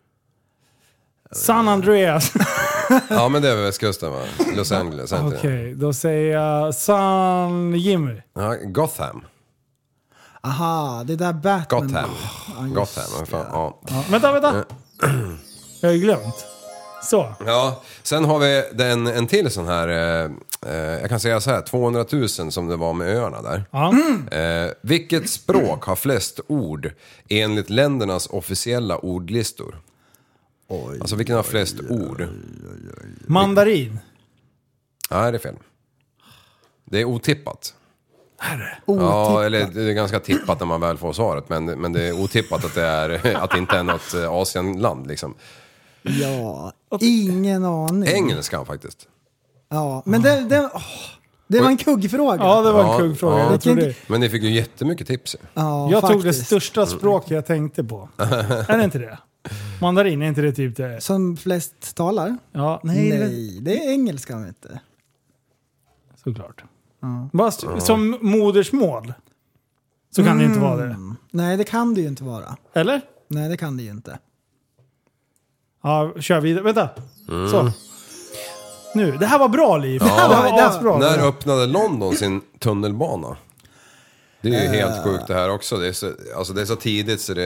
San Andreas. Ja, men det är väl västkusten, va? Los Angeles. Okej, då säger jag San Jimmy. Ja, Gotham. Aha, det där Batman. Gotham. Fan, ja. Vänta. Jag har ju glömt. Så. Ja, sen har vi en till sån här, jag kan säga så här, 200 000 som det var med öarna där. Vilket språk har flest ord enligt ländernas officiella ordlistor? Alltså vilken har flest ord? Mandarin. Nej, det är fel. Det är otippat. Ja, eller det är ganska tippat när man väl får svaret, men det är otippat att det inte är något Asienland liksom. Ja, ingen aning. Engelskan faktiskt. Ja, men det var en kuggfråga. Ja, det var en kuggfråga. Ja. Jag tror det. Men ni fick ju jättemycket tips. Ja, jag faktiskt tog det största språk jag tänkte på. Är det inte det? Mandarin, är inte det typ det? Som flest talar? Ja, nej, det är engelska, vet du. Såklart. Bara som modersmål så kan det inte vara det. Nej, det kan det ju inte vara. Eller? Nej, det kan det ju inte. Ja, kör vidare. Vänta. Så. Nu, det här var bra, Liv. Ja. Det här var bra. När öppnade London sin tunnelbana? Det är ju helt sjukt det här också. Det är så tidigt så det...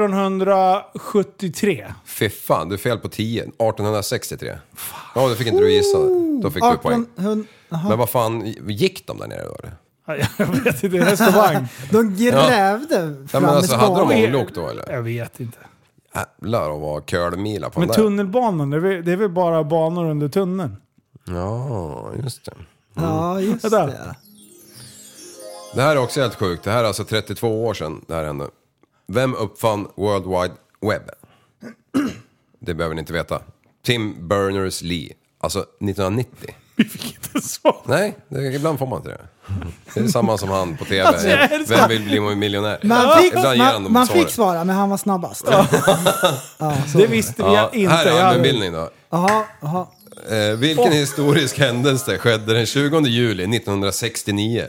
1873. Fy fan, du är fel på 10. 1863. Ja, det fick inte du gissa. Då fick du poäng. Men vad fan, gick de där nere då? Jag vet inte, häst och vagn. De grävde fram men alltså, hade de spaden. ånglok då eller? Jag vet inte. Jävlar att vara curlmila på Men den där. tunnelbanan, det är väl bara banor under tunneln? Ja, just det. Ja, just Vänta. det. Det här är också helt sjukt. Det här är alltså 32 år sedan det här hände. Vem uppfann World Wide Web? Det behöver ni inte veta. Tim Berners-Lee. Alltså 1990. Vi fick inte svar. Nej, ibland får man inte det. Det är samma som han på tv. Alltså, Vem vill bli miljonär? Man fick svara, men han var snabbast. Ja, det visste vi inte. Här är allmänbildning då. Aha. Vilken historisk händelse skedde den 20 juli 1969?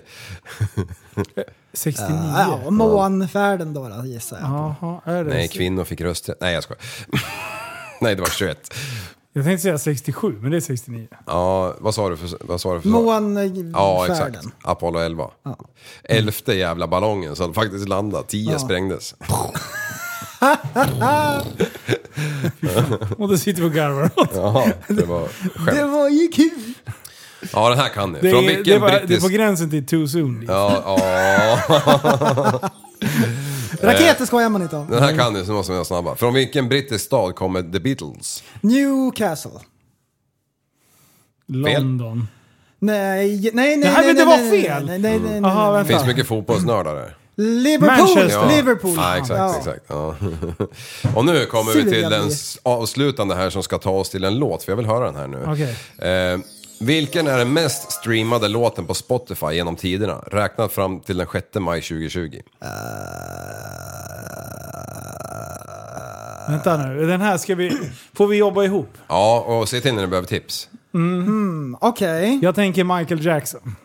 69? Ja, månfärden då gissar jag på. Jaha, är det? Nej, kvinnor fick rösträtt. Nej, jag skojar. Nej, det var 21. Jag tänkte säga 67, men det är 69. Ja, vad sa du för Månfärden. Ja, exakt. Apollo 11. Ja. 11:e jävla ballongen som faktiskt landade. 10 sprängdes. Och då sitter vi och garvar. Ja, det var skämt. Det var ju kul. Ja, den här kan ni. Det är på gränsen till too soon. Ja. Raketer skojar man inte om. Den här kan ni, så måste vi vara snabba. Från vilken brittisk stad kommer The Beatles? Newcastle. London. Nej. Det var fel. Nej. Det finns mycket fotbollsnördar där. Liverpool. Ja. Liverpool. Ja, exakt. Ja. Och nu kommer vi till den avslutande här som ska ta oss till en låt. För jag vill höra den här nu. Okay. Vilken är den mest streamade låten på Spotify genom tiderna? Räknat fram till den 6 maj 2020. Vänta nu, den här får vi jobba ihop? Ja, och se till när ni behöver tips. Okej. Jag tänker Michael Jackson.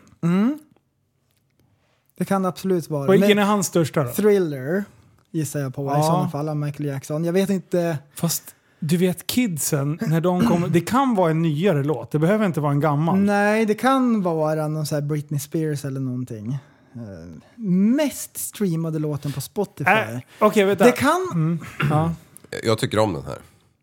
Det kan absolut vara. Vilken är hans största då? Thriller gissar jag på i sådana fall av Michael Jackson. Jag vet inte. Fast du vet kidsen när de kommer, det kan vara en nyare låt. Det behöver inte vara en gammal. Nej, det kan vara någon så här Britney Spears eller någonting. Mest streamade låten på Spotify. Okej, vänta. Det kan... Ja. Jag tycker om den här.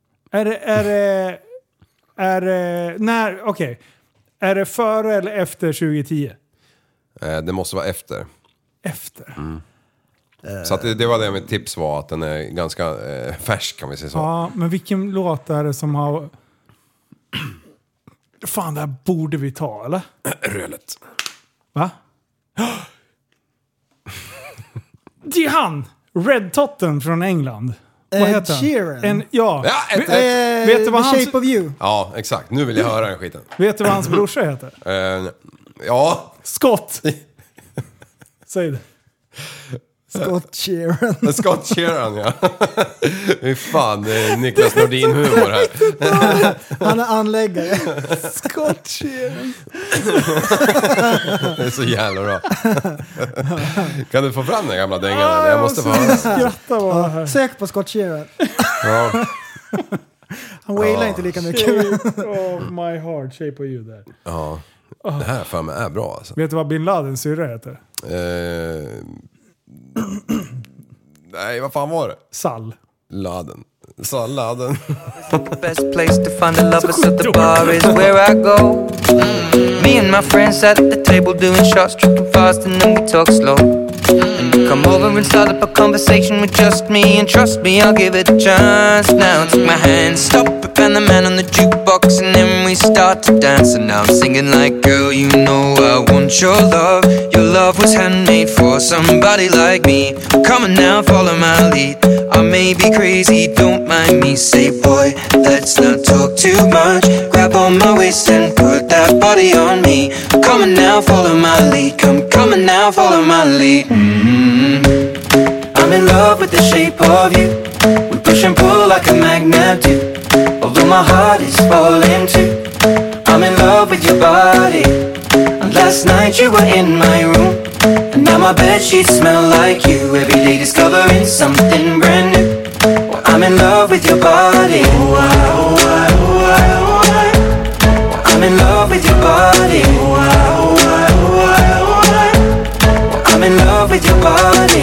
Är det före eller efter 2010? Det måste vara efter. Efter? Så att det var det mitt tips var, att den är ganska färsk kan vi säga så. Ja, men vilken låt är det som har... Fan, det här borde vi ta, eller? Rölet. Va? Det är han! Red Totten från England. Vad heter han? Sheeran. Vet du vad The Shape of You. Ja, exakt. Nu vill jag höra den skiten. Vet du vad hans brorsa heter? Ja. Scott. Säg det. Scott Sheeran. Scott Sheeran, ja. Hur fan, det är Niklas Nordin-humor här. Han är anläggare. Scott Sheeran. Det är så jävla bra. Kan du få fram den gamla dängan? Jag måste få höra. Sök på Scott Sheeran. Ja. Han wailar inte lika mycket. Shape of my heart, Shape of you där. Ja. Det här för mig är bra alltså. Vet du vad Bin Ladens syrra heter? Nej, vad fan var det? Laden. The best place to find the lovers at the bar is where I go. Me and my friends sat at the table doing shots, tripping fast, and then we talk slow. And you come over and start up a conversation with just me, and trust me, I'll give it a chance. Now take my hand, stop it, and the man on the jukebox, and then we start to dance. And now I'm singing like, girl, you know I want your love. Your love was handmade for somebody like me. Come on now, follow my lead. I may be crazy, don't mind me. Say, boy, let's not talk too much. Grab on my waist and put that body on me. Come on now, follow my lead. Come on now, follow my lead. I'm in love with the shape of you. We push and pull like a magnet do. Although my heart is falling too. I'm in love with your body. And last night you were in my room. And now my bedsheets smell like you. Every day discovering something brand new. Well, I'm in love with your body. I'm in love with your body. I'm in love with your body.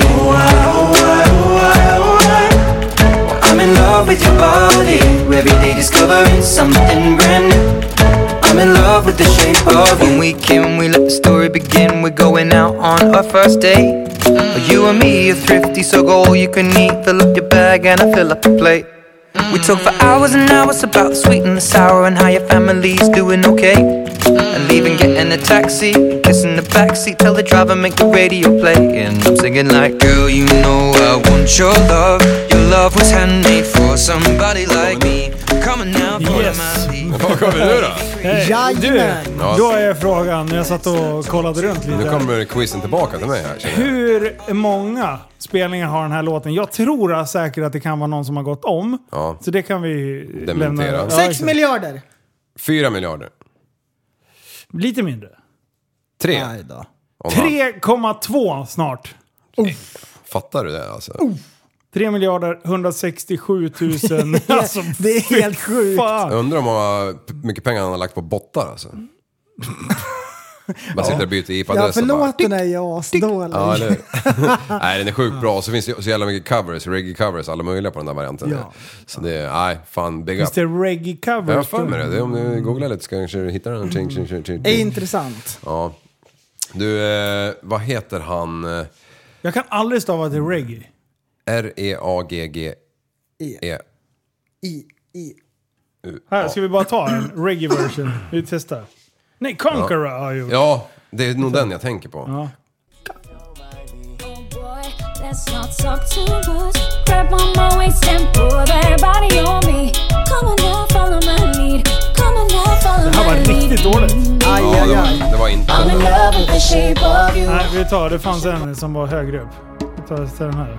I'm in love with your body. Every day discovering something brand new. I'm in love with the shape of you. When we came, we let the story begin. We're going out on our first date. You and me are thrifty, so go all you can eat. Fill up your bag and I fill up the plate. We talk for hours and hours about the sweet and the sour and how your family's doing okay. And leaving, getting a taxi, kissing the backseat, tell the driver make the radio play. And I'm singing like, girl, you know I want your love. Your love was handmade for somebody like me. Come on now, follow my lead. Vad kommer du då? Då är frågan, jag satt och kollade runt lite. Nu kommer quizen tillbaka till mig här. Hur många spelningar har den här låten? Jag tror säkert att det kan vara någon som har gått om. Ja. Så det kan vi dementera. lämna. 6 miljarder. 4 miljarder. Lite mindre. 3. 3,2 snart. Fattar du det alltså? 3 miljarder 167 000. Alltså, det är helt sjukt. Jag undrar om mycket pengar han har lagt på bottar alltså. Man sitter och byter IP-adress. Ja, förlåten är ju asdålig. Ja, nej, den är sjukt bra. Så finns det så jävla mycket covers, reggae-covers, alla möjliga på den där varianten. Ja. Så det är, nej, fan, big up. Finns det reggae-covers? Ja, fan med det. Om du googlar lite så kanske du hittar någonting. Det är intressant. Ja. Du, vad heter han? Jag kan aldrig stava till reggae. R-E-A-G-G-E. I. Här, ska vi bara ta en reggae-version? Vi testar. Nej, Conqueror har gjort. Ja, det är nog den jag tänker på. Ja. Det här var riktigt dåligt. Aj. Det var inte. Nej, vi tar, det fanns en som var högre upp. Vi tar den här.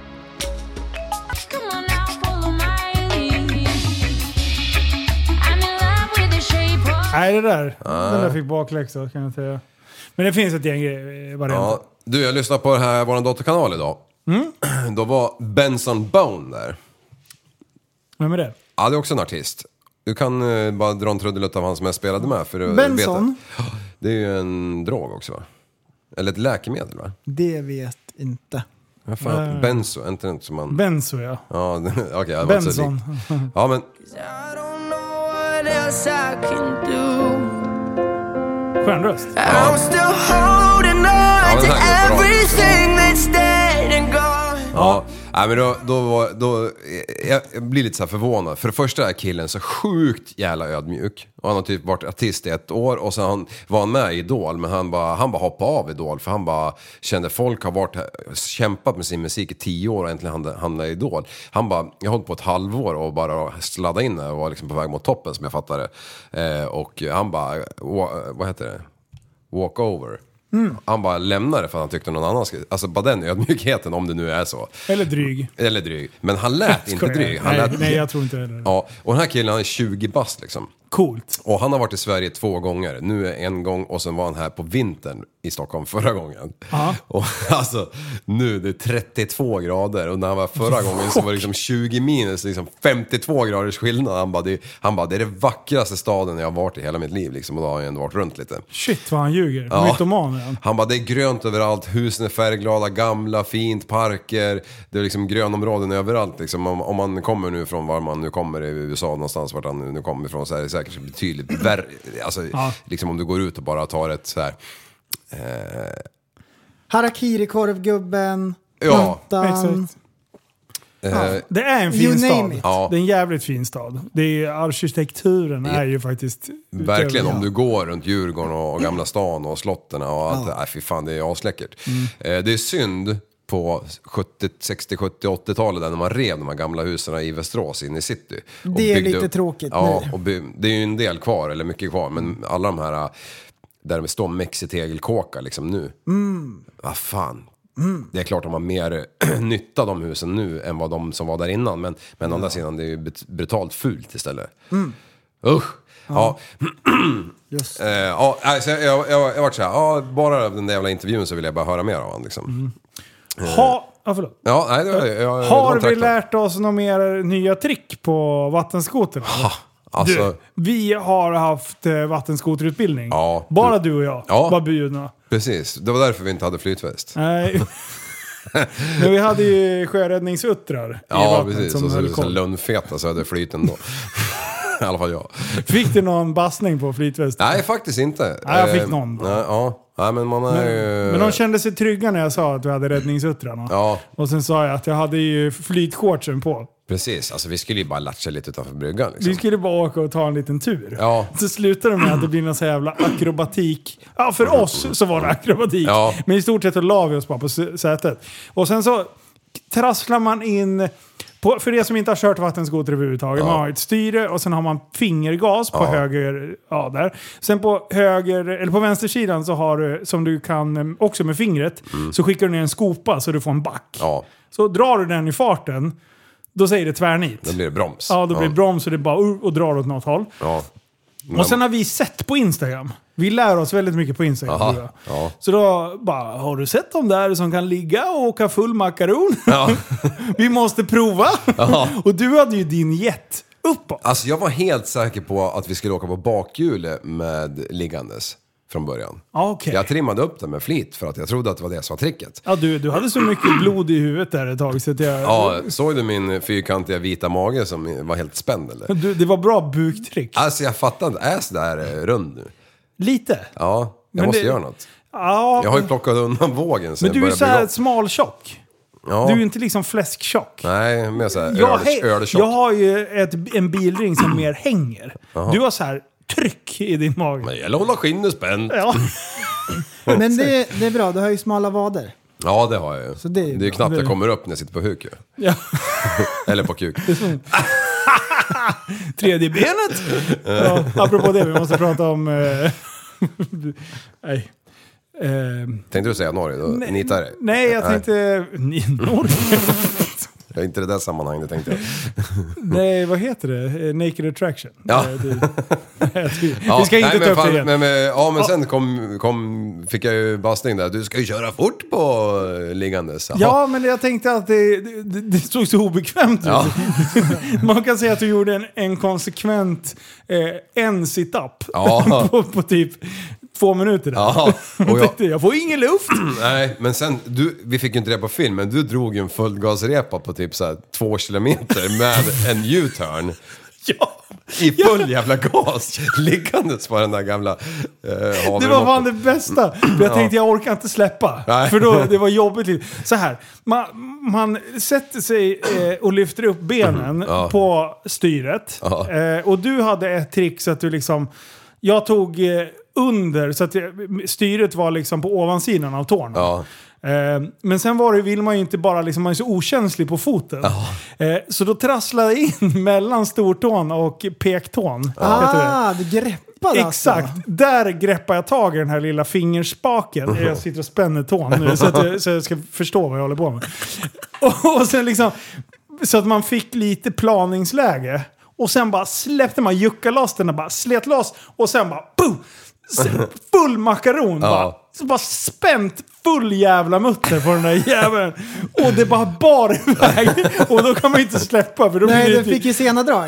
Nej, det där. Den där fick bakläxa, kan jag säga. Men det finns ett gäng varianter. Ja. Du, jag lyssnade på det här, vår datorkanal idag. Då var Benson Bone där. Vem är det? Ja, det är också en artist. Du kan bara dra en trudelutt av han som jag spelade med. För Benson? Det är ju en drog också, va? Eller ett läkemedel, va? Det vet inte. Ja, fan. Benzo, inte som man... Benzo, ja. Ja, okej. Okay, Benson. Ja, men... Skön röst. Ja, ja, men då jag blir lite så här förvånad. För det första är killen så sjukt jävla ödmjuk. Och han har typ varit artist i 1 år. Och sen var han med i Idol. Men han bara hoppade av Idol. För han bara kände folk har kämpat med sin musik i 10 år. Och äntligen hamnade i Idol. Han bara, jag har hållit på ett halvår och bara sladdade in och var liksom på väg mot toppen som jag fattade. Och han bara, vad heter det? Walk over. Han bara lämnade för att han tyckte någon annan skulle... Alltså bara den ödmjukheten, om det nu är så. Eller dryg. Men han lät inte dryg. Nej, jag tror inte det. Ja, och den här killen, han är 20 bast liksom. Coolt. Och han har varit i Sverige 2 gånger. Nu är 1 gång och sen var han här på vintern i Stockholm förra gången. Och alltså, nu det är 32 grader. Och när han var förra gången så var det liksom 20 minus, liksom 52 graders skillnad. Han bara, det är det vackraste staden jag har varit i hela mitt liv liksom. Och då har jag ändå varit runt lite. Shit vad han ljuger. Ja. Mytoman. Han bara, det är grönt överallt. Husen är färgglada, gamla, fint, parker. Det är liksom grönområden överallt liksom. Om man kommer nu från var man nu kommer i USA någonstans, vart han nu kommer ifrån, så är det säkert betydligt värre. Alltså, liksom om du går ut och bara tar ett så här... Harakiri-korvgubben. Ja, exakt. Det är en fin stad. Ja. Det är en jävligt fin stad. Det är, arkitekturen är ju faktiskt... Verkligen, om du går runt Djurgården och Gamla stan och slotterna och allt det. Fy fan, det är asläckert. Det är synd på 70, 60, 70, 80-talet där när man rev de här gamla husen i Västerås in i city. Det är lite tråkigt nu. Ja, och det är ju en del kvar, eller mycket kvar, men alla de här där det står mexitegelkåkar liksom nu. Vad fan. Det är klart de har mer nytta av de husen nu än vad de som var där innan. Men andra sidan, det är ju brutalt fult istället. Usch. Ja. Just alltså jag varit så här, bara den där jävla intervjun så vill jag bara höra mer av han liksom. Förlåt. Ja, nej, har vi lärt oss några mer nya trick på vattenskoter? Alltså, vi har haft vattenskoterutbildning. Ja, bara du och jag. Ja, bara bjudna. Precis, det var därför vi inte hade flytväst. Nej. Men vi hade ju sjöräddningsuttrar i vattnet. Precis, som och så lönnfeta så hade flyten då. I alla fall jag. Fick du någon bassning på flytväst? Nej, faktiskt inte. Nej, jag fick någon. Nej, men man är men de kände sig trygga när jag sa att vi hade räddningsuttrarna. Ja. Och sen sa jag att jag hade ju flytshortsen på. Precis, alltså vi skulle ju bara latcha lite utanför bryggan liksom. Vi skulle bara åka och ta en liten tur. Ja. Så slutade det med att det blir någon så jävla akrobatik. Ja, för oss så var det akrobatik. Ja. Men i stort sett så la vi oss bara på sätet. Och sen så trasslar man in... För det som inte har kört vattenskoter överhuvudtaget. Man har ett styre och sen har man fingergas på höger... Ja, där. Sen på höger... Eller på vänstersidan så har du, som du kan också med fingret, så skickar du ner en skopa så du får en back. Ja. Så drar du den i farten, då säger det tvärnit. Då blir det broms. Ja, då blir det broms och det är bara och drar åt något håll. Ja. Och sen har vi sett på Instagram Vi lär oss väldigt mycket på Instagram. Ja. Så då bara, har du sett dem där som kan ligga och åka full makaron? Ja. Vi måste prova. Ja. Och du hade ju din jet uppåt. Alltså jag var helt säker på att vi skulle åka på bakhjulet med liggandes från början. Okay. Jag trimmade upp det med flit för att jag trodde att det var det som var tricket. Ja, du hade så mycket blod i huvudet där ett tag så att jag... Ja, såg du min fyrkantiga vita mage som var helt spänd eller? Det var bra buktryck. Alltså jag fattar inte, är så där rund nu? Lite. Ja, jag måste göra något. Ja. Jag har ju plockat undan vågen så men du är så här smaltjock. Ja. Du är ju inte liksom fläsktjock. Nej, mer så här öltjock. Jag har ju en bilring som mer hänger. Aha. Du har så här tryck i din mage. Men jag håller skinnet spänt. Ja. Men det är bra, du har ju smala vader. Ja, det har jag ju. Så det är knappt jag kommer upp när jag sitter på huk. Ja. Eller på kuk. Tredje benet. Ja, apropå det, vi måste prata om... nej. Tänkte du säga Norge? Då nitar det? Nej, jag tänkte... Norge? Ja, inte det där sammanhanget tänkte jag. Nej, vad heter det? Naked Attraction. Ja. Vi ska inte ta upp det igen. Men sen fick jag ju bastning där. Du ska ju köra fort på liggandes. Aha. Ja, men jag tänkte att det såg så obekvämt ut. Ja. Man kan säga att du gjorde en konsekvent en sit-up på typ 2 minuter där. Ja, och jag får ingen luft. Nej, men sen, vi fick ju inte det på film, men du drog ju en fullgasrepa på typ så här 2 kilometer med en U-turn. Ja. I full jävla gas, liggandes på den där gamla det var fan det bästa. För jag tänkte jag orkar inte släppa. Nej. För då, det var jobbigt. Så här, man sätter sig och lyfter upp benen på styret. Och du hade ett trick så att du liksom... Jag tog under så att styret var liksom på ovansidan av tårna. Ja. Men sen vill man ju inte bara liksom, man är så okänslig på foten. Så då trasslade jag in mellan stortån och pektån. Du greppade exakt, alltså. Där greppar jag tag i den här lilla fingerspaken. Jag sitter och spänner tån nu så jag ska förstå vad jag håller på med. Och sen liksom, så att man fick lite planingsläge. Och sen bara släppte man juckalasten och bara slet loss. Och sen bara boom! Full makaron bara spänt full jävla mutter på den där jäveln. Och det bara bar iväg. Och då kan man inte släppa. För då nej, blir det fick ju sena drag.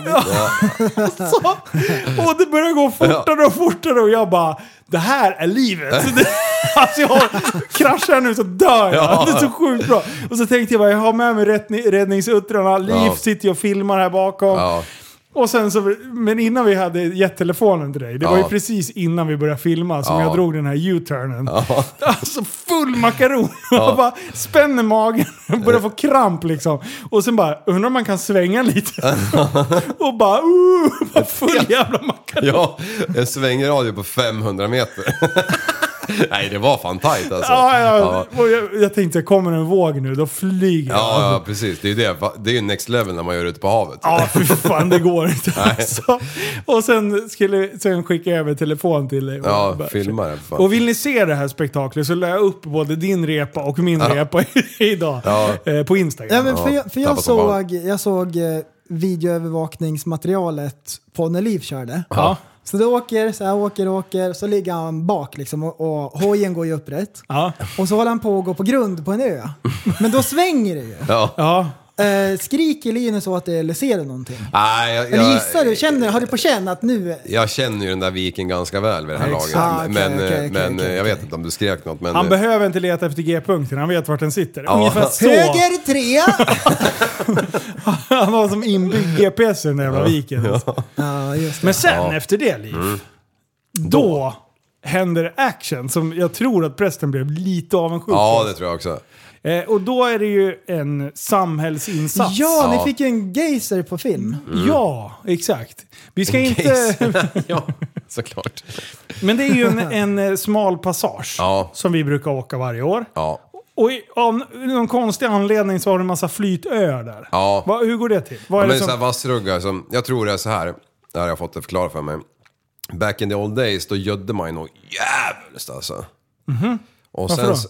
Och det började gå fortare och fortare. Och jag bara, det här är livet. Alltså jag kraschar nu så dör jag. Det är så sjukt bra. Och så tänkte jag bara, jag har med mig räddningsuttrarna. Liv sitter och filmar här bakom. Och sen så, men innan vi hade jättetelefonen till dig, det var ju precis innan vi började filma som jag drog den här U-turnen. Alltså full makaron. Och bara spänner magen och börjar få kramp liksom. Och sen bara, undrar om man kan svänga lite. Och bara full jävla makaron. Ja, en svängradio på 500 meter. Nej, det var fan tajt alltså. Och jag tänkte, kommer en våg nu, då flyger jag. Ja, precis. Det är ju det är ju next level när man gör ute på havet. Ja, för fan, det går inte. Alltså. Och sen skicka över telefon till dig. Filma det. Och vill ni se det här spektaklet så lär jag upp både din repa och min repa idag på Instagram. Ja, men för jag såg videoövervakningsmaterialet på när Liv körde. Så det åker, så ligger han bak liksom och hojen går ju upprätt. Och så håller han på att gå på grund på en ö. Men då svänger det ju. Skriker Linus så att det, eller ser du någonting? Eller gissar du, har du på känn att nu... Jag känner ju den där viken ganska väl vid det här laget. Men jag vet inte om du skrek något. Men han behöver inte leta efter G-punkten, han vet vart den sitter. Ungefär så. Höger 3! Han har som inbyggd GPS i den jävla viken. Just det. Men sen efter det, Liv, då händer action som jag tror att prästen blev lite avundsjuk. Ja, det tror jag också. Och då är det ju en samhällsinsats. Ja, ni fick ju en geyser på film. Ja, exakt. Vi ska inte... Ja, såklart. Men det är ju en smal passage som vi brukar åka varje år. Ja. Och av någon konstig anledning så har du en massa flytöar där. Ja. Hur går det till? Men så här vassruggar som... Jag tror det är så här. Det har jag fått det förklara för mig. Back in the old days, då gödde man ju nog jävligt alltså. Mm-hmm. Och varför sen... då?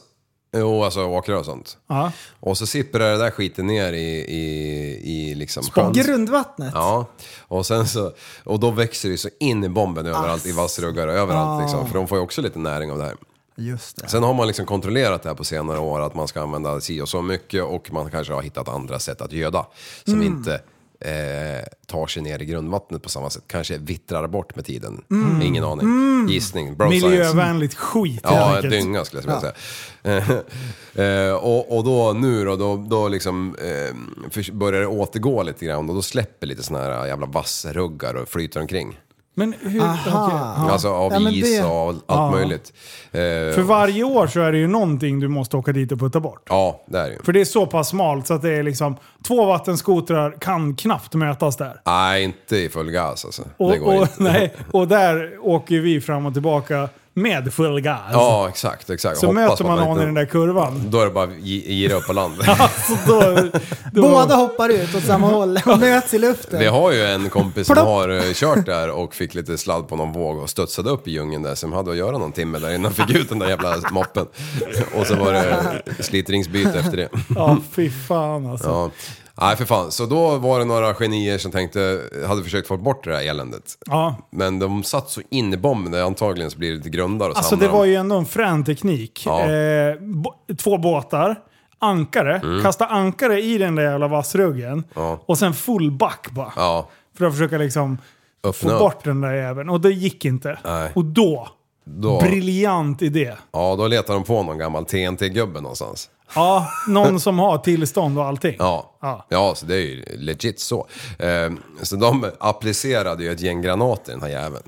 Jo, alltså åkrar och sånt. Ja. Och så sipprar det där skiten ner i liksom grundvattnet. Ja, och sen så, och då växer det så in i bomben överallt, i vassruggar och överallt liksom, för de får ju också lite näring av det här. Just det. Sen har man liksom kontrollerat det här på senare år, att man ska använda si och så mycket, och man kanske har hittat andra sätt att göda som inte tar sig ner i grundvattnet på samma sätt. Kanske vittrar bort med tiden. Ingen aning. Gissning. Miljövänligt skit. Ja, dynga skulle jag säga. Och då nu då liksom börjar det återgå lite grann, och då släpper lite såna här jävla vassruggar och flyter omkring. Men hur? Alltså av is och allt möjligt. För varje år så är det ju någonting du måste åka dit och putta bort. Ja, det är det ju. För det är så pass smalt så att det är liksom 2 vattenskotrar kan knappt mötas där. Nej, inte i full gas alltså. Och där åker vi fram och tillbaka med full gas. Ja, exakt. Så hoppas möter man någon i den där kurvan. Då är det bara gira upp på land. Alltså då... Båda hoppar ut åt samma håll och möts i luften. Vi har ju en kompis som har kört där och fick lite sladd på någon våg och studsade upp i djungeln där, som hade att göra någon timme där innan, fick ut den där jävla moppen. Och så var det slitningsbyte efter det. Ja, fy fan alltså. Ja. Nej, för fan. Så då var det några genier som hade försökt få bort det här eländet. Ja. Men de satt så in i bomben där antagligen så blir det lite grundar och alltså det var ju ändå en frän teknik. Ja. 2 båtar, ankare, kasta ankare i den där jävla vassruggen och sen full back bara. Ja. För att försöka liksom öppna få bort den där jäveln. Och det gick inte. Nej. Och då, briljant idé. Ja, då letar de på någon gammal TNT-gubbe någonstans. Ja, någon som har tillstånd och allting. Ja, så det är ju legit så. Så de applicerade ju ett gäng granater i den här jäveln.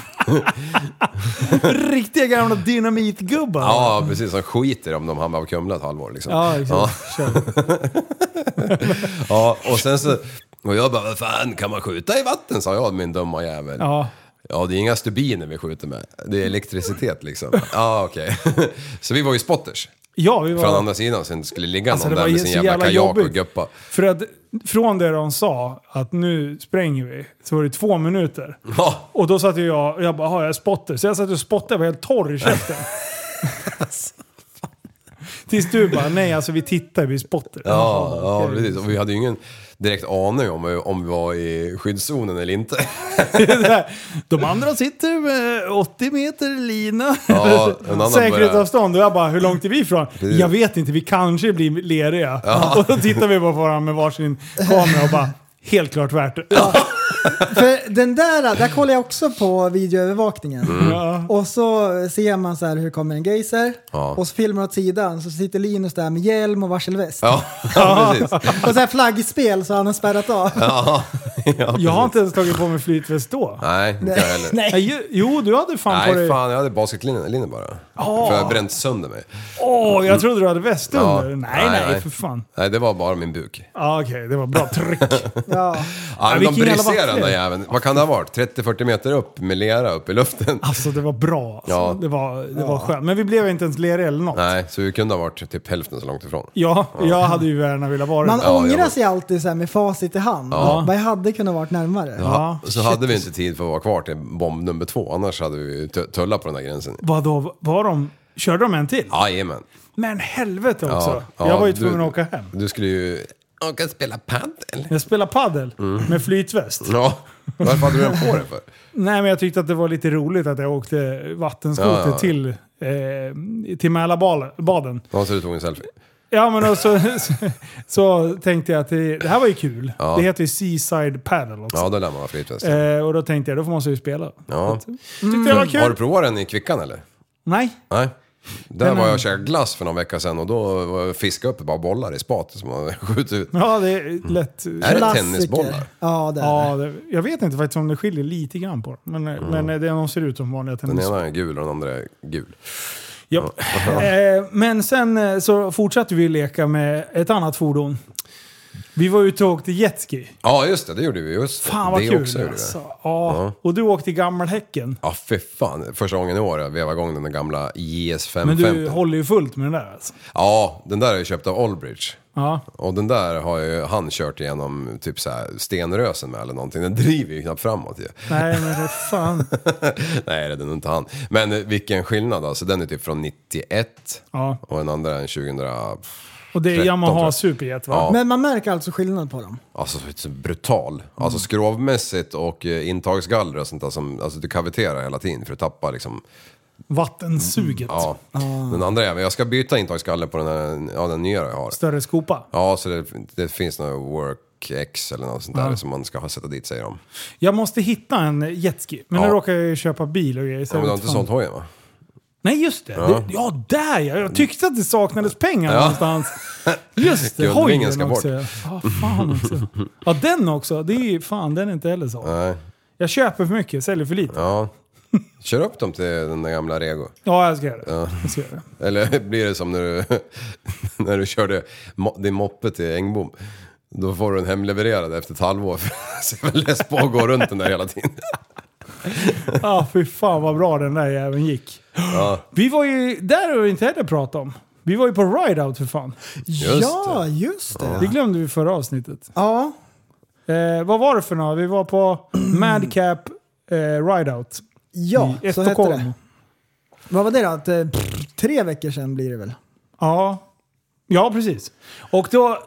Riktiga gamla dynamitgubbar. Ja, precis. Som skiter om de hamnar av Kumla ett halvår liksom. Ja, exakt. Ja, och sen så... Och jag bara, vad fan, kan man skjuta i vatten? Sa jag, min dumma jävel. Ja, det är inga stubiner vi skjuter med. Det är elektricitet liksom. Ja, okej. Så vi var ju spotters. Ja, vi var... Från andra sidan, sen skulle ligga någon där med sin jävla kajak jobbigt. och guppa. För att från det de sa att nu spränger vi, så var det 2 minuter. Ja. Och då satt jag bara, jag spottar. Så jag satt och spottade, jag var helt torr i käften. Tills du bara, nej alltså vi tittar, vi spottar. Ja, precis. Och vi hade ju ingen direkt aning om vi var i skyddszonen eller inte. De andra sitter med 80 meter lina. Ja, säkerhetsavstånd. Och jag bara, hur långt är vi ifrån? Precis. Jag vet inte, vi kanske blir leriga. Ja. Och då tittar vi bara på varandra med varsin kamera och bara, helt klart värt det. Ja. För den där kollar jag också på videoövervakningen. Och så ser man så här hur kommer en geyser. Och så filmar åt sidan, så sitter Linus där med hjälm och varselväst. Ja, precis. Och så här flaggspel så han har spärrat av. Jag har inte ens tagit på mig flytväst då. Nej, inte jag heller. Nej. Jo, du hade fan på dig. Nej, fan, jag hade basketlinjen bara. För jag bränt sönder mig. Jag trodde du hade väst under. Nej, för fan. Nej, det var bara min buk. Okej, det var bra tryck. De briserade den där jäveln. Vad kan det ha varit? 30-40 meter upp med lera upp i luften. Alltså det var bra. Alltså. Ja. Det var skönt. Men vi blev inte ens leriga eller något. Nej, så vi kunde ha varit typ hälften så långt ifrån. Ja. Jag hade ju gärna velat vara. Man ångrar sig alltid så här med facit i hand. Vad jag hade kunnat varit närmare. Ja. Så hade vi inte tid för att vara kvar till bomb nummer 2. Annars hade vi tullat på den här gränsen. Vadå? Körde de en till? Jajamän. Men helvete också. Jag var ju tvungen att åka hem. Du skulle ju åka och spela paddel. Jag spelar paddel med flytväst. Ja. Varför hade du den på det för? Nej, men jag tyckte att det var lite roligt att jag åkte vattenskoter till Mälarbaden. Ja, så du tog en selfie. Ja, men så tänkte jag att det här var ju kul. Ja. Det heter ju Seaside Paddle också. Ja, då lär man ha flytväst. Och då tänkte jag, då får man ju spela. Ja. Tyckte det var kul. Har du provat den i Kvickan eller? Nej. Där var jag och käkade glass för någon vecka sedan och då fiskade upp bara bollar i spat som man skjuter ut. Ja, det är lätt. Är det tennisbollar? Ja, det är jag vet inte faktiskt om det skiljer lite grann på det. Men det de ser ut som vanliga tennisbollar. Den ena är gul och den andra är gul. Ja. Men sen så fortsatte vi leka med ett annat fordon. Vi var ute och åkte jetski. Ja, just det gjorde vi. Just fan vad det kul också alltså. Ja. Och du åkte i Gammelhäcken. Ja, för fan. Första gången i år jag vevade igång den där gamla JS 550. Men du håller ju fullt med den där alltså. Ja, den där har jag köpt av Allbridge. Ja. Och den där har ju han kört igenom typ så här stenrösen med eller någonting. Den driver ju knappt framåt ju. Nej, men det fan. Nej, det är inte han. Men vilken skillnad alltså. Den är typ från 91. Ja. Och den andra är en 2000... Och det är Yamaha Superjet va? Ja. Men man märker alltså skillnad på dem? Alltså så brutal. Alltså skrovmässigt och intagsgaller och sånt där som... Alltså du kaviterar hela tiden för att tappa liksom... Vattensuget. Ja. Den andra är... Jag ska byta intagsgaller på den här... Ja, den nya jag har. Större skopa. Ja, så det finns något WorkX eller något sånt där som man ska ha sätta dit, säger de. Jag måste hitta en jetski. Men nu råkar jag ju köpa bil och grejer. Ja, men du har inte sånt hojen va? Nej, just det. Där ja. Jag tyckte att det saknades pengar någonstans. Just det, Guldvingen ska också. bort. Ja, fan också. Ja, den också. Det är fan, den är inte heller så. Nej. Jag köper för mycket, säljer för lite. Ja. Kör upp dem till den där gamla Rego. Ja, jag ska göra det. Ja. Jag ska göra det. Eller blir det som när du körde din moppe till Engbom. Då får du en hemlevererad efter ett halvår. Så jag väl läst på att gå runt den där hela tiden. Ja, fy fan vad bra den där även gick. Ja. Vi var ju, där har vi inte heller pratat om. Vi var ju på Rideout för fan. Just det. Det glömde vi förra avsnittet. Ja. Vad var det för något? Vi var på Madcap Rideout. Ja, i så Stockholm. hette det. Vad var det då? Att, 3 veckor sedan blir det väl? Ja, precis. Och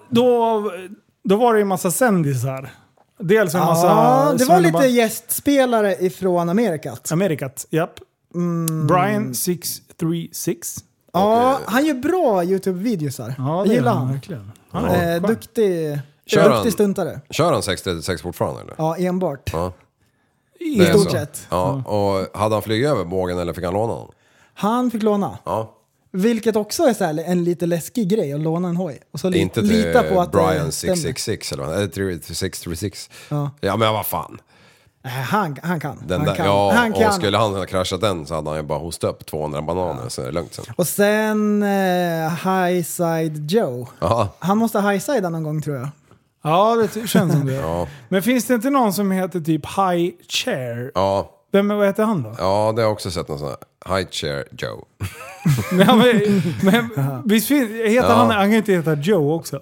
då var det en massa sändisar. Dels en massa... det var lite gästspelare ifrån Amerikat, japp. Brian 636. Ja, han gör bra YouTube-videosar. Ja, jag gillar han. Verkligen. Han är duktig stuntare. Kör han 636 fortfarande eller? Ja, enbart. Ja. I stort sett. Ja, och hade han flugit över bågen eller fick han låna den? Han fick låna. Ja. Vilket också är så här en lite läskig grej att låna en hoj. Och så inte till lita på att Brian 666 eller 636. Ja, men vad fan. Han kan. Ja, han och kan. skulle han ha kraschat den så hade han ju bara hostat upp 200 bananer så är det lugnt sen. Och sen Highside Joe. Aha. Han måste highsida någon gång tror jag. Ja, det känns som det. Ja. Men finns det inte någon som heter typ High Chair? Ja. Vad heter han då? Ja, det har jag också sett någon sån här High Chair Joe. men visst heter han kan ju inte heta Joe också.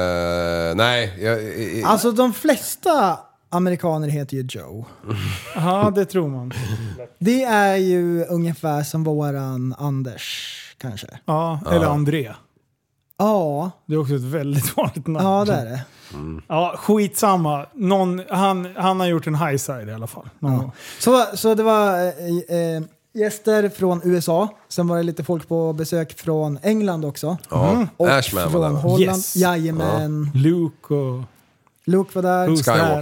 Nej. Alltså de flesta amerikaner heter ju Joe. Ja, det tror man. Det är ju ungefär som våran Anders kanske. Ja, eller André. Ja. Det är också ett väldigt vanligt namn. Ja, det är det. Ja, skitsamma. Han har gjort en high side i alla fall. Så det var gäster från USA. Sen var det lite folk på besök från England också. Ja. Och Ashman från var där. Holland. Yes. Jajamän. Luke var där.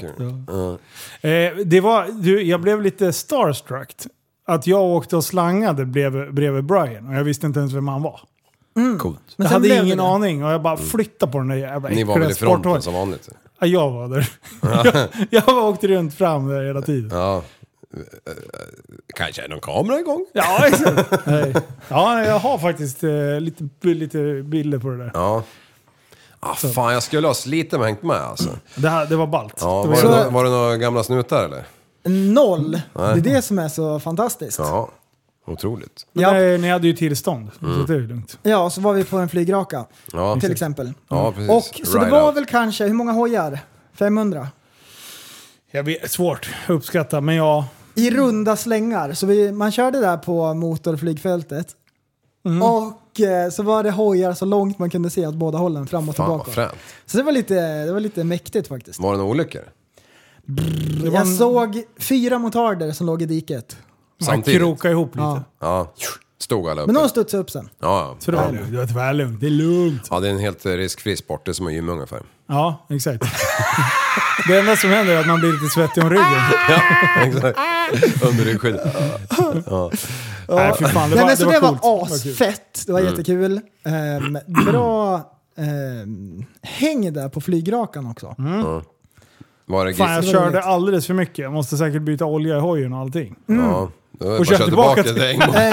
Skywalker. Jag blev lite starstruck. Att jag åkte och slangade bredvid Brian. Och jag visste inte ens vem han var. Coolt. Jag hade ingen aning och jag bara flyttade på den där jävla Ni var väl i fronten som vanligt? Ja, jag var där. jag åkte runt fram där hela tiden. Ja. Kanske är någon kamera igång? Ja, exakt. Ja, jag har faktiskt lite bilder på det där. Ja. Fan, jag skulle ha lite med hängt med alltså. Det var ballt. Ja, var det några gamla snutar eller? 0. Det är det som är så fantastiskt. Ja, otroligt. Men ni hade ju tillstånd, så det är ju lugnt. Ja, så var vi på en flygraka till exempel. Ja, precis. Och så det var väl kanske, hur många hojar? 500? Jag vet, svårt att uppskatta, men ja. I runda slängar. Så man körde där på motorflygfältet. Och så var det hojar så långt man kunde se åt båda hållen, fram och tillbaka. Så det var lite mäktigt faktiskt. Var det några olyckor? Jag såg 4 motarder som låg i diket. Samtidigt? Man krokade ihop lite. Ja. Stod alla uppe. Men de studsade upp sen. Ja. Så det var tyvärr lugnt. Det är lugnt. Ja, det är en helt riskfri sport. Det är som att gymma ungefär. Ja, exakt. Det enda som händer är att man blir lite svettig om ryggen. Ja, exakt. Under ryggskydd. Ja. Nej, fy fan. Det var asfett. Det var jättekul. Bra häng där på flygrakan också. Fan, jag körde alldeles för mycket. Jag måste säkert byta olja i hojen och allting. Ja. Och köra tillbaka till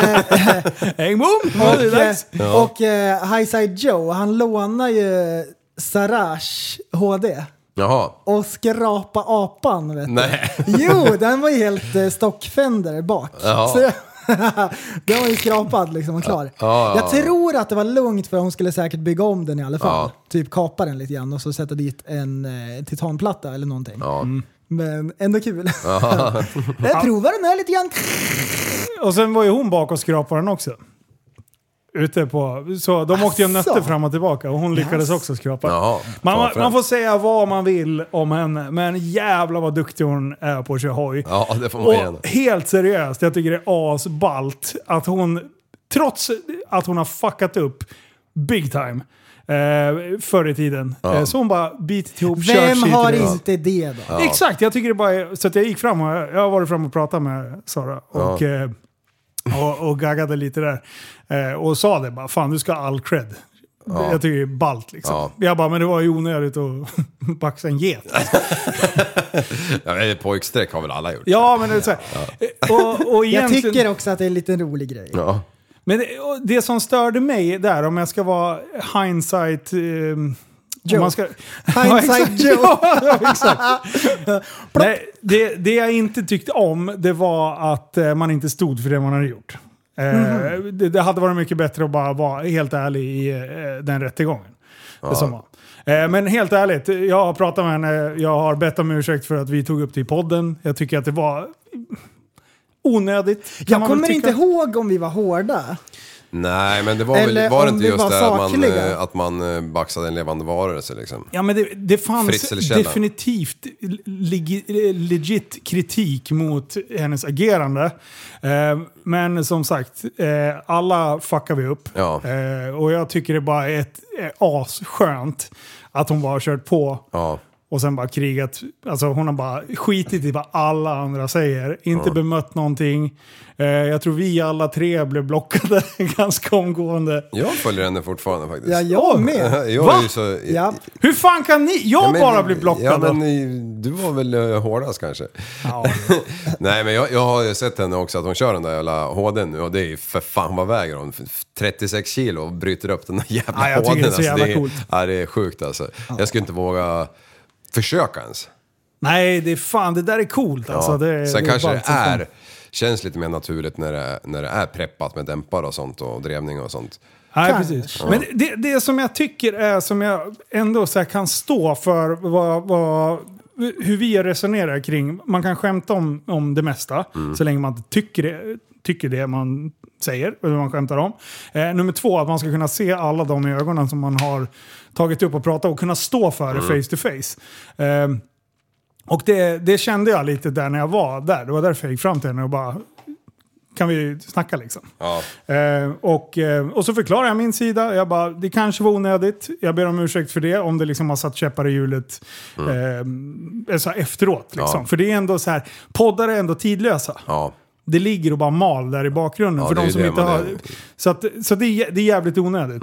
Engbom. Och Highside Joe, han lånar ju Sarash HD. Jaha. Och skrapa apan, vet du. Nej. Jo, den var ju helt stockfender bak. Jaha. Så den var ju skrapad liksom och klar. Jag tror att det var lugnt för hon skulle säkert bygga om den i alla fall. Typ kapa den lite grann och så sätta dit en titanplatta eller någonting. Men ändå kul. Jag provar den här lite grann. Och sen var ju hon bak och skrapade den också. Ute på, så de åkte ju nötter fram och tillbaka och hon lyckades också skrapa. Man får säga vad man vill om henne, men jävla vad duktig hon är på att köra hoj. Ja, det får man igen. Och helt seriöst, jag tycker det är asballt att hon, trots att hon har fuckat upp big time förr i tiden, så hon bara bitit ihop. Vem har inte det då? Ja. Exakt, jag tycker det bara är, så att jag gick fram och jag har varit fram och pratat med Sara och gaggade lite där. Och sa det bara, fan du ska ha all cred. Jag tycker det är ballt liksom. Jag bara, men det var ju onödigt att baxa en get. Pojksträck har väl alla gjort. Ja, men det är så här. Och jag tycker också att det är en liten rolig grej. Ja. Men det som störde mig där, om jag ska vara hindsight... Joe. Man ska, hindsight Joe. Ja, exakt. Nej, det jag inte tyckte om, det var att man inte stod för det man hade gjort. Det hade varit mycket bättre att bara vara helt ärlig i den rättegången. Det som var. Men helt ärligt, jag har pratat med henne, jag har bett om ursäkt för att vi tog upp det i podden. Jag tycker att det var onödigt. Jag kommer inte ihåg om vi var hårda. Nej, men det var väl, var det inte just det att man baxade en levande varelse liksom. Ja, men det fanns definitivt legit kritik mot hennes agerande. Men som sagt, alla fuckar vi upp. Ja. Och jag tycker det bara är asskönt att hon bara har kört på. Ja. Och sen bara krigat. Alltså hon har bara skitit i vad alla andra säger. Inte bemött någonting. Jag tror vi alla tre blev blockade ganska omgående. Jag följer henne fortfarande faktiskt. Ja, jag med. Jag är ju så... Ja. Hur fan kan ni? Jag bara blir blockad. Ja, men du var väl hårdast kanske. Ja. Nej, men jag har sett henne också att hon kör den där jävla HD nu. Och det är ju för fan, vad väger hon? 36 kilo och bryter upp den där jävla HD. Jag tycker det är så jävla coolt. Ja, det är sjukt alltså. Jag skulle inte våga försöka ens. Nej, det är fan, det där är coolt alltså. Sen kanske det känns lite mer naturligt när det är preppat med dämpare och sånt och drevning och sånt. Nej, precis. Men det som jag tycker är, som jag ändå så här kan stå för hur vi resonerar kring, man kan skämta om det mesta så länge man tycker det man säger och man skämtar om. Nummer 2, att man ska kunna se alla de i ögonen som man har tagit upp och pratat och kunna stå för det face to face. Och det kände jag lite där när jag var där. Det var därför jag gick fram till henne och bara, kan vi snacka liksom? Ja. Och så förklarar jag min sida. Jag bara, det kanske var onödigt. Jag ber om ursäkt för det. Om det liksom har satt käppar i hjulet så efteråt. Liksom. Ja. För det är ändå så här, poddar är ändå tidlösa. Ja. Det ligger och bara mal där i bakgrunden. Ja, för de som inte har... Så det är jävligt onödigt.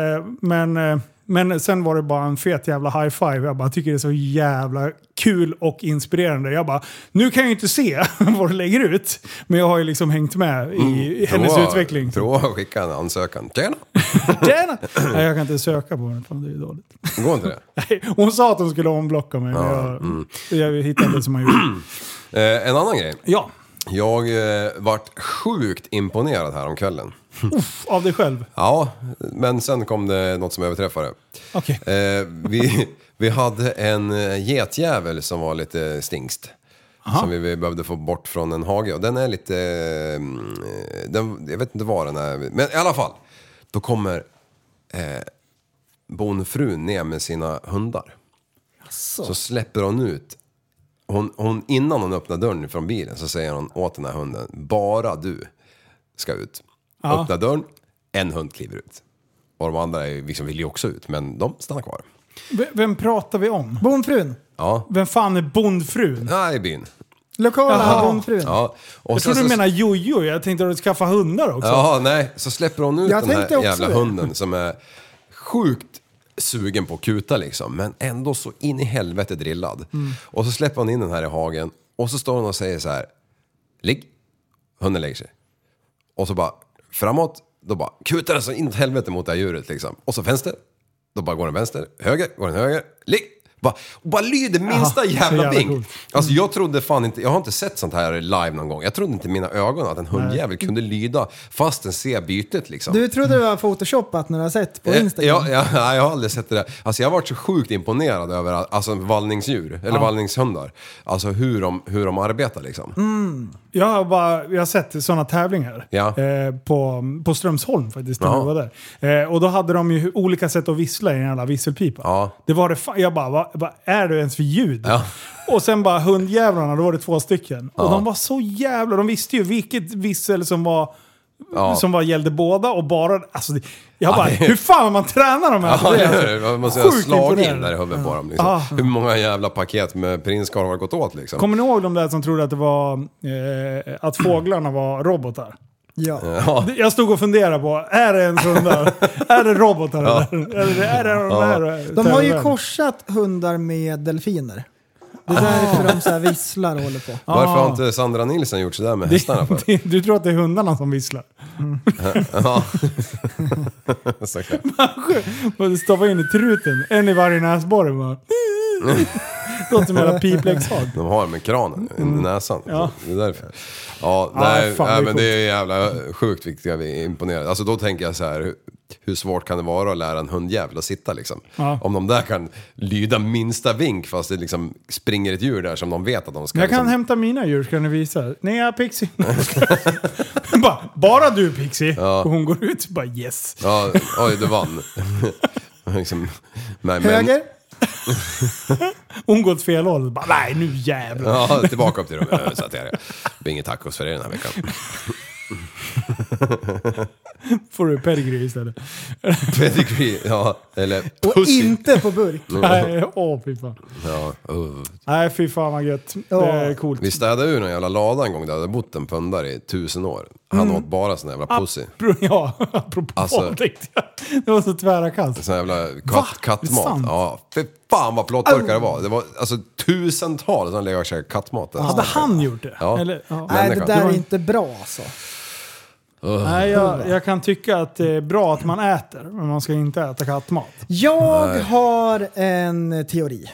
Men sen var det bara en fet jävla high five. Jag bara tycker det är så jävla kul och inspirerande. Jag bara, nu kan jag ju inte se vad du lägger ut. Men jag har ju liksom hängt med i hennes utveckling. Prova att skicka en ansökan. Tjena! Tjena! Nej, jag kan inte söka på henne. Fan, det är dåligt. Går inte det? Nej, hon sa att hon skulle omblocka mig. Men jag hittade det som man gjorde. En annan grej. Ja. Jag vart sjukt imponerad här om kvällen. Av dig själv? Ja, men sen kom det något som överträffade. Okay. Vi hade en getjävel som var lite stingst. Aha. Som vi behövde få bort från en hage. Och den är lite... jag vet inte vad den är. Men i alla fall. Då kommer bonfrun ner med sina hundar. Så släpper hon ut. Hon, innan hon öppnar dörren från bilen så säger hon åt den här hunden, bara du ska ut. Ja. Öppna dörren, en hund kliver ut. Och de andra liksom vill ju också ut, men de stannar kvar. Vem pratar vi om? Bondfrun. Ja. Vem fan är bondfrun? Nej, byn. Lokala bondfrun. Ja. Och jag trodde du menar jojo, jag tänkte att du skaffa hundar också. Ja, nej. Så släpper hon ut den här jävla hunden som är sjukt sugen på att kuta liksom, men ändå så in i helvete drillad. Och så släpper hon in den här i hagen och så står hon och säger så här: ligg. Hunden lägger sig. Och så bara framåt, då bara kutar den så in i helvete mot det här djuret liksom. Och så vänster. Då bara går den vänster, höger, går den höger, bara lyder minsta jävla ving. Alltså jag trodde fan inte, jag har inte sett sånt här live någon gång. Jag trodde inte i mina ögon att en hundjävel kunde lyda fast den ser bytet liksom. Du trodde det var photoshopat när du har sett på Instagram? Ja, jag har aldrig sett det där. Alltså jag har varit så sjukt imponerad över alltså vallningsdjur, eller vallningshundar. Alltså hur de arbetar liksom. Jag har sett sådana tävlingar på Strömsholm faktiskt när jag var där. Och då hade de ju olika sätt att vissla i en jävla visselpipa. Ja. Det var det jag bara, vad är det ens för ljud? Ja. Och sen bara hundjävlarna, då var det 2 stycken. Och de var så jävla, de visste ju vilket vissel som var gällde båda och bara, alltså jag bara, hur fan man tränar de här? Man måste ha slagit in där i huvudet på dem liksom. Hur många jävla paket med prinskorv har gått åt liksom. Kommer ni ihåg de där som trodde att det var att fåglarna var robotar? Ja. Jag stod och funderade på, är det en sån där? Är det robotar? Är det de har ju korsat hundar med delfiner. Det är därför de så här visslar och håller på. Varför har inte Sandra Nilsson gjort sådär med hästarna för? Du tror att det är hundarna som visslar? Ja. Man stoppar in i truten. En i varje näsborre bara. Det låter som en jävla piplexhag. De har med kranen i näsan. Ja. Det är därför. Ja, nej, men det är jävla sjukt viktigt att vi är imponerade. Alltså då tänker jag så här, hur svårt kan det vara att lära en hundjävel att sitta liksom? Ja. Om de där kan lyda minsta vink fast det liksom springer ett djur där som de vet att de ska. Jag kan hämta mina djur, kan ni visa? Nej, Pixie. bara du, Pixie. Ja. Och hon går ut och bara yes. Ja, oj, du vann. Liksom, höger. Hon går åt fel håll. Bara, nej, nu jävlar. Ja, tillbaka upp till rummet. Så att det blir inget tacos för er den här veckan. Får du pedigree istället. Pedigree, ja. Eller pussy. Och inte på burk. Nej, fy fan. Ja, nej, fy fan vad gött. Det är coolt. Vi städade ur en jävla lada en gång där hade bott en pundare i 1000 år. Han åt bara sån jävla pussy. Ja, apropå alltså, det var så tvära kast. Sån jävla kattmat. Ja, för fan vad plåtburkar det var. Det var alltså tusentals som lägger och käkade kattmat. Hade han gjort det? Ja. Eller, nej, det där är inte bra alltså. Nej, jag kan tycka att det är bra att man äter, men man ska inte äta kattmat. Jag har en teori.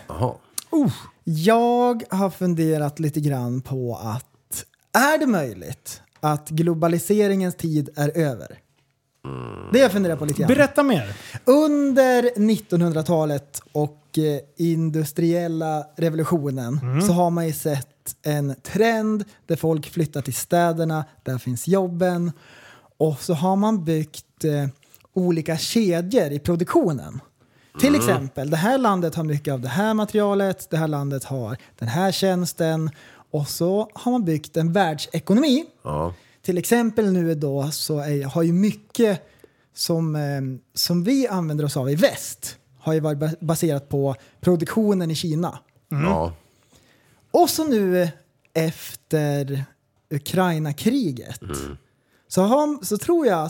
Jag har funderat lite grann på att är det möjligt att globaliseringens tid är över? Det jag funderar på lite grann. Berätta mer. Under 1900-talet och industriella revolutionen så har man ju sett en trend där folk flyttar till städerna, där finns jobben, och så har man byggt olika kedjor i produktionen. Till exempel, det här landet har mycket av det här materialet, det här landet har den här tjänsten, och så har man byggt en världsekonomi. Till exempel nu då så har ju mycket som vi använder oss av i väst har ju varit baserat på produktionen i Kina. Och så nu efter Ukraina-kriget så tror jag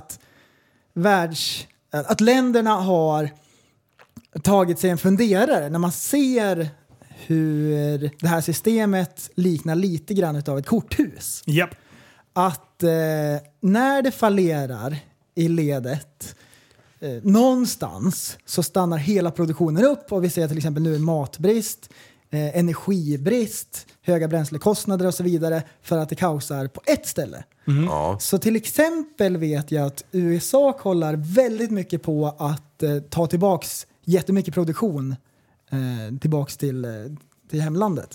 att länderna har tagit sig en funderare när man ser hur det här systemet liknar lite grann av ett korthus. Yep. Att när det fallerar i ledet någonstans så stannar hela produktionen upp, och vi ser till exempel nu en matbrist, energibrist, höga bränslekostnader och så vidare för att det kaosar på ett ställe. Så till exempel vet jag att USA kollar väldigt mycket på att ta tillbaks jättemycket produktion tillbaks till hemlandet.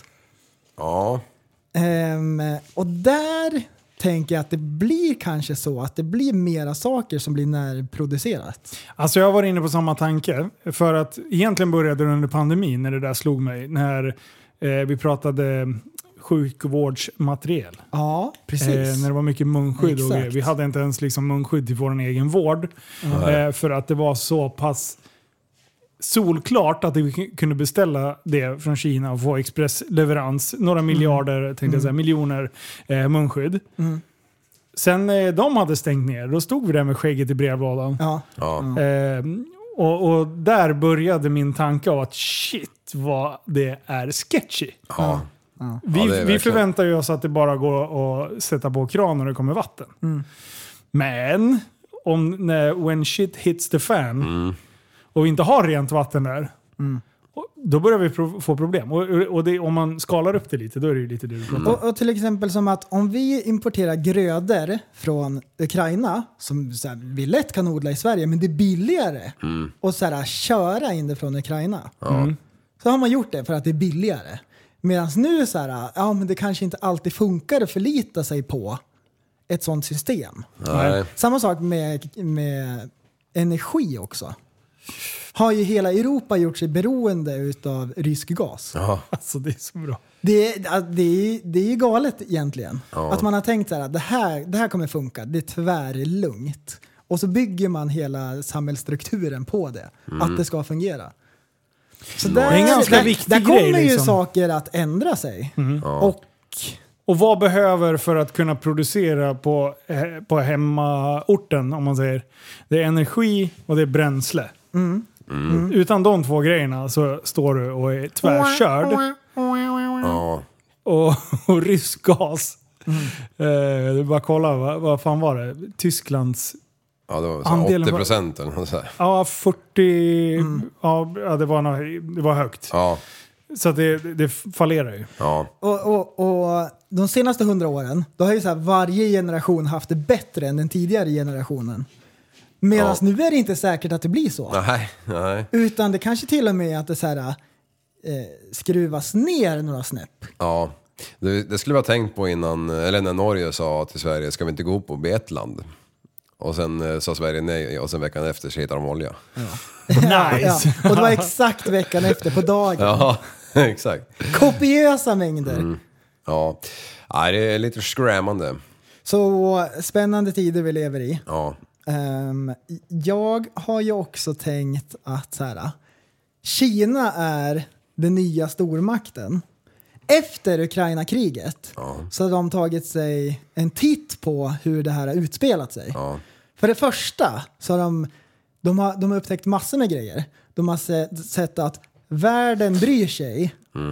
Och där tänker jag att det blir kanske så att det blir mera saker som blir närproducerat. Alltså jag var inne på samma tanke, för att egentligen började det under pandemin när det där slog mig, när vi pratade sjukvårdsmaterial. Ja, precis. När det var mycket munskydd och vi hade inte ens liksom munskydd till vår egen vård. För att det var så pass solklart att vi kunde beställa det från Kina och få expressleverans. Några miljarder, tänkte jag säga, miljoner munskydd. Sen de hade stängt ner, då stod vi där med skägget i brevlådan. Och där började min tanke av att shit vad det är sketchy. Vi förväntar ju oss att det bara går att sätta på kran när det kommer vatten. Men when shit hits the fan och inte har rent vatten där, då börjar vi få problem. Och det, om man skalar upp det lite, då är det ju lite det. Och till exempel som att om vi importerar grödor från Ukraina som så här, vi lätt kan odla i Sverige, men det är billigare och så här, köra in det från Ukraina. Så har man gjort det för att det är billigare. Medan nu så här, ja men det kanske inte alltid funkar att förlita sig på ett sånt system. Nej. Samma sak med energi också. Har ju hela Europa gjort sig beroende utav rysk gas. Ja. Alltså det är så bra. Det är ju galet egentligen. Ja. Att man har tänkt så här, det här kommer funka, det är tvärlugnt. Och så bygger man hela samhällsstrukturen på det. Att det ska fungera. Så det är en ganska viktig där kommer grej, liksom. Ju saker att ändra sig. Och vad behöver för att kunna producera på hemmaorten, om man säger. Det är energi och det är bränsle. Utan de två grejerna så står du och är tvärkörd. Och rysk gas. Du bara kolla, vad fan var det? Tysklands... Ja, det var 80% eller något så här. Ja, 40... Ja, det var högt. Ja. Så att det fallerar ju. Ja. Och de senaste 100 åren, då har ju så här, varje generation haft det bättre än den tidigare generationen. Medan nu är det inte säkert att det blir så. Nej. Utan det kanske till och med att det så här, skruvas ner några snäpp. Ja, det skulle vi ha tänkt på innan, eller när Norge sa till Sverige, ska vi inte gå upp och bli ett land? Och sen sa Sverige nej, och sen veckan efter så hittade de olja. Ja. Nice. Ja. Och det var exakt veckan efter på dagen. Ja, exakt. Kopiösa mängder. Ja, det är lite skrämmande. Så spännande tider vi lever i. Ja. Jag har ju också tänkt att så här, Kina är den nya stormakten. Efter Ukraina-kriget så har de tagit sig en titt på hur det här har utspelat sig. Ja. För det första så har de har upptäckt massor med grejer. De har sett att världen bryr sig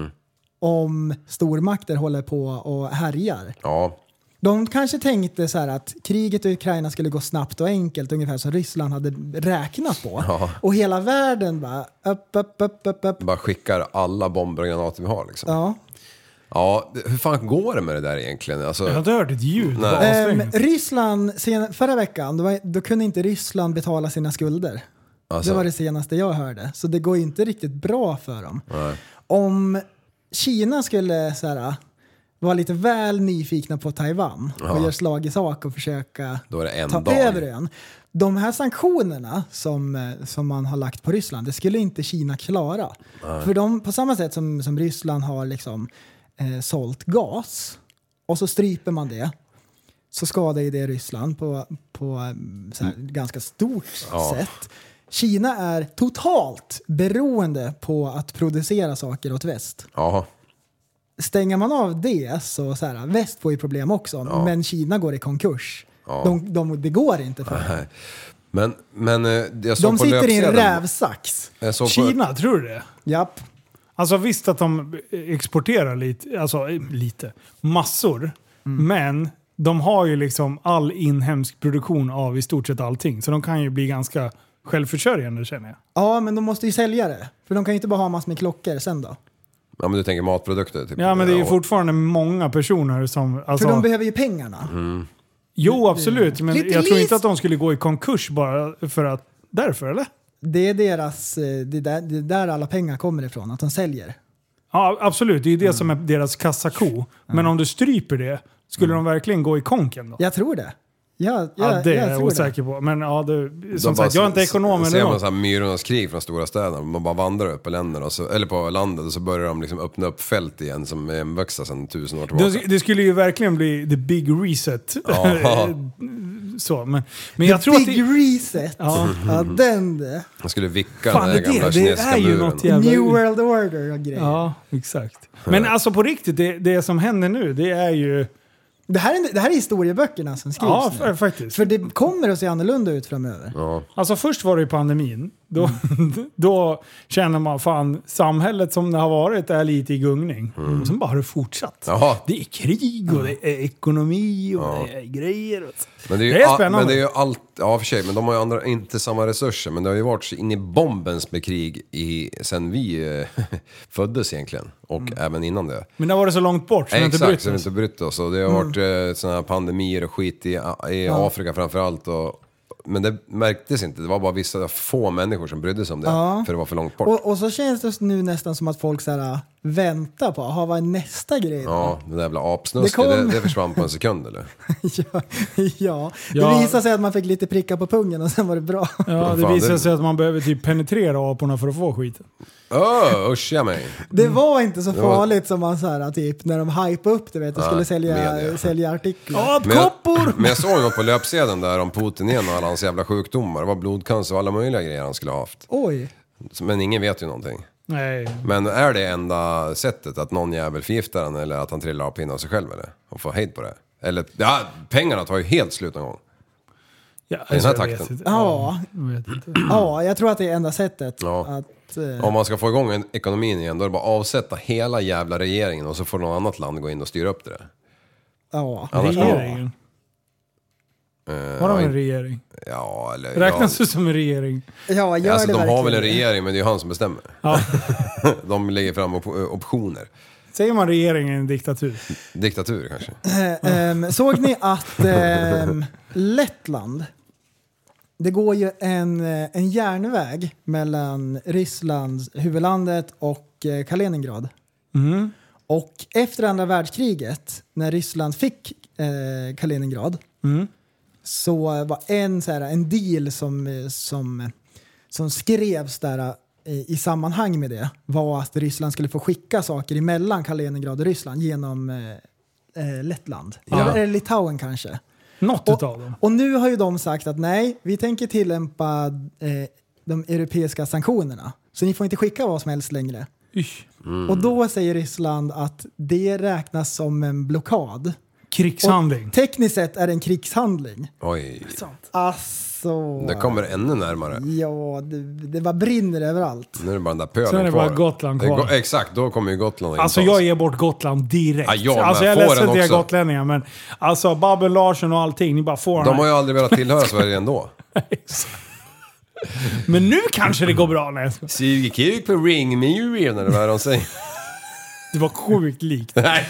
om stormakter håller på och härjar. Ja. De kanske tänkte så här att kriget i Ukraina skulle gå snabbt och enkelt, ungefär som Ryssland hade räknat på. Ja. Och hela världen bara upp. Bara skickar alla bomber och granater vi har liksom. Ja. Ja, hur fan går det med det där egentligen? Alltså, jag har inte hört ett ljud. Ryssland, förra veckan, då kunde inte Ryssland betala sina skulder. Alltså. Det var det senaste jag hörde. Så det går inte riktigt bra för dem. Nej. Om Kina skulle så här, vara lite väl nyfikna på Taiwan och göra slag i sak och försöka ta över ön. De här sanktionerna som man har lagt på Ryssland, det skulle inte Kina klara. Nej. För de, på samma sätt som Ryssland har liksom sålt gas och så stryper man det, så skadar ju det Ryssland på så här, ganska stort sätt. Kina är totalt beroende på att producera saker åt väst. Ja. Stänger man av det så här, väst får ju problem också, men Kina går i konkurs. Ja. Det går inte för det. Men jag de sitter i en rävsax. Kina, tror du det? Japp. Alltså visst att de exporterar lite massor, men de har ju liksom all inhemsk produktion av i stort sett allting. Så de kan ju bli ganska självförsörjande, känner jag. Ja, men de måste ju sälja det. För de kan ju inte bara ha massor med klockor sen då. Ja, men du tänker matprodukter typ. Ja, men det är ju fortfarande många personer som... Alltså, för de behöver ju pengarna. Jo, absolut. Men jag tror inte att de skulle gå i konkurs bara för att... Därför, eller? Det är det där alla pengar kommer ifrån, att de säljer. Ja, absolut. Det är ju det som är deras kassako. Men om du stryper det, skulle de verkligen gå i konken då? Jag tror det. Ja, det är jag osäker på. Men ja, som sagt, jag är inte ekonom eller något. Ser man så här myrornas krig från stora städerna. Man bara vandrar upp på länderna eller på landet och så börjar de liksom öppna upp fält igen som är växa sedan 1000 år tillbaka. Det skulle ju verkligen bli the big reset. Så, men jag tror big reset. Ja, den det. Man skulle vicka den där gamla kinesiska muren. New World Order och grejer. Ja, exakt. Men alltså på riktigt, det som händer nu, det är ju... Det här är historieböckerna som skrivs. Ja, faktiskt. För det kommer att se annorlunda ut framöver. Ja. Alltså först var det ju pandemin. Då känner man fan, samhället som det har varit är lite i gungning. Och sen bara har det fortsatt. Jaha. Det är krig och det är ekonomi och det är grejer. Men det är spännande. Men det är ju allt, ja för sig, men de har ju andra, inte samma resurser. Men det har ju varit in i bombens med krig sen vi föddes egentligen. Och även innan det. Men det har varit så långt bort så exakt, så det inte brytt oss. Och det har varit såna här pandemier och skit i Afrika framförallt. Men det märktes inte. Det var bara vissa få människor som brydde sig om det. För det var för långt bort. Och så känns det nu nästan som att folk så här, väntar på vad är nästa grej då? Ja, det där jävla apsnusk. Det försvann på en sekund eller? ja. Det visade sig att man fick lite prickar på pungen och sen var det bra. Ja, det visade sig att man behöver typ penetrera aporna för att få skiten. Usch mig. Det var inte så farligt som man så här, typ när de hypade upp det, vet du, skulle sälja artiklar. Apkoppor! Men jag såg något på löpsedeln där om Putin igen och alla hans jävla sjukdomar. Det var blodcancer och alla möjliga grejer han skulle ha haft. Oj. Men ingen vet ju någonting. Nej. Men är det enda sättet att någon jävel förgiftar den eller att han trillar av pinnen av sig själv eller? Och får hejd på det? Eller, pengarna tar ju helt slut någon gång. Ja, i den här takten. Ja, jag tror att det är enda sättet. Ja. Om man ska få igång en ekonomin igen, då är det bara avsätta hela jävla regeringen och så får något annat land gå in och styra upp det. Ja. Regeringen? Har de en regering? Ja, eller... Räknas det som en regering? Ja, gör alltså, det de verkligen. har väl en regering, men det är ju han som bestämmer. Ja. De lägger fram optioner. Säger man regeringen en diktatur? Diktatur kanske. Såg ni att Lettland, det går ju en järnväg mellan Rysslands huvudlandet och Kaliningrad. Mm. Och efter andra världskriget, när Ryssland fick Kaliningrad, så var en deal som skrevs där i sammanhang med det, var att Ryssland skulle få skicka saker emellan Kaliningrad och Ryssland genom Lettland. Eller Litauen kanske. Något utav dem. Och nu har ju de sagt att nej, vi tänker tillämpa de europeiska sanktionerna. Så ni får inte skicka vad som helst längre. Och då säger Ryssland att det räknas som en blockad. Krigshandling. Och tekniskt sett är det en krigshandling. Oj. Alltså... Det kommer ännu närmare. Ja, det bara brinner överallt. Nu är det bara den där pölen kvar. Sen är det bara kvar. Gotland kvar. Exakt, då kommer ju Gotland. Alltså jag ger bort Gotland direkt. Alltså jag är ledsen till er gotlänningar, men alltså Babben Larsson och allting, ni bara får de har ju aldrig velat tillhöra Sverige ändå. Men nu kanske det går bra. Suger kuk på ring me när det var de säger. Det var sjukt likt. Nej.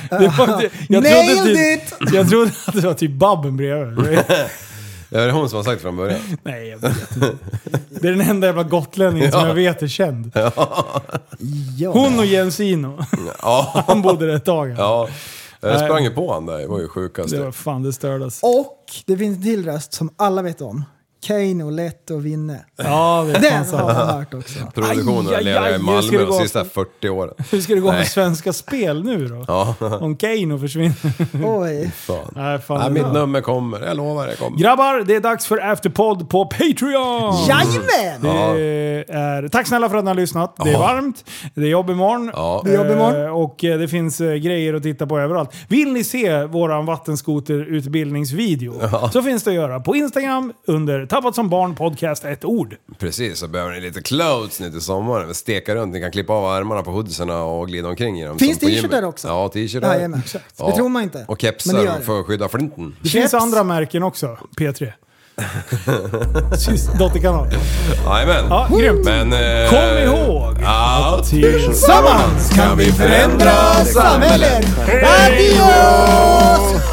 Jag trodde att det var typ Babben bredvid. Det är hon som har sagt från början. Nej, jag vet inte. Det är den enda jävla gotlänningen som jag vet är känd. Ja. Hon och Jensino. Ja. Han bodde där ett tag. Ja. Jag sprang ju på han där. Det var ju sjukast. Det var fan det stördes. Och det finns en till röst som alla vet om. Keino, Lätt och Vinne. Ja, den har man hört också. Produktionen har legat i Malmö de sista 40 åren. Hur ska det gå med Svenska Spel nu då? Ja. Om Keino försvinner. Oj. Fan. Mitt nummer kommer, jag lovar det kommer. Grabbar, det är dags för Afterpod på Patreon! Jajamän! Tack snälla för att ni har lyssnat. Det är varmt, det är jobb imorgon. Det är jobb imorgon. Och det finns grejer att titta på överallt. Vill ni se våran vattenskoterutbildningsvideo så finns det att göra på Instagram under Tappat som barn podcast ett ord. Precis, så behöver ni lite clothes nu till sommaren. Steka runt, ni kan klippa av armarna på hoodiesarna och glida omkring i dem. Finns t-shirtar också? Ja, t-shirtar. Ja, det tror man inte. Och kepsar för att skydda flinten. Det finns andra märken också, P3. Dotterkanal. Jajamän. Ja, grymt. Men kom ihåg att tillsammans kan vi förändra samhället. Adios!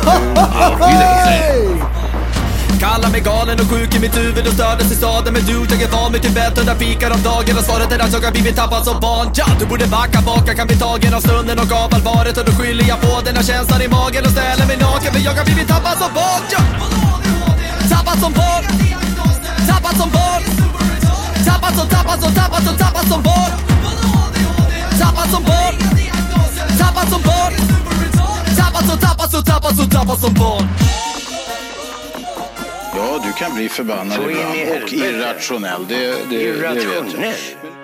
Kallar mig galen och sjuk i mitt huvud och stördes i staden. Men du, jag är van vid Tibet under fikar om dagen. Och svaret är att jag har blivit tappad som barn. Ja, du borde backa bak, jag kan bli tagen av stunden och av allvaret. Och då skyller jag på den här känslan i magen och ställer mig naken. För jag har blivit tappad som barn. Ja. Tappad som barn. Tappad som barn. Tappad som barn. Tappad som barn. Tappad som barn. Tappad som barn. Ja, du kan bli förbannad ibland och irrationell. Det vet jag.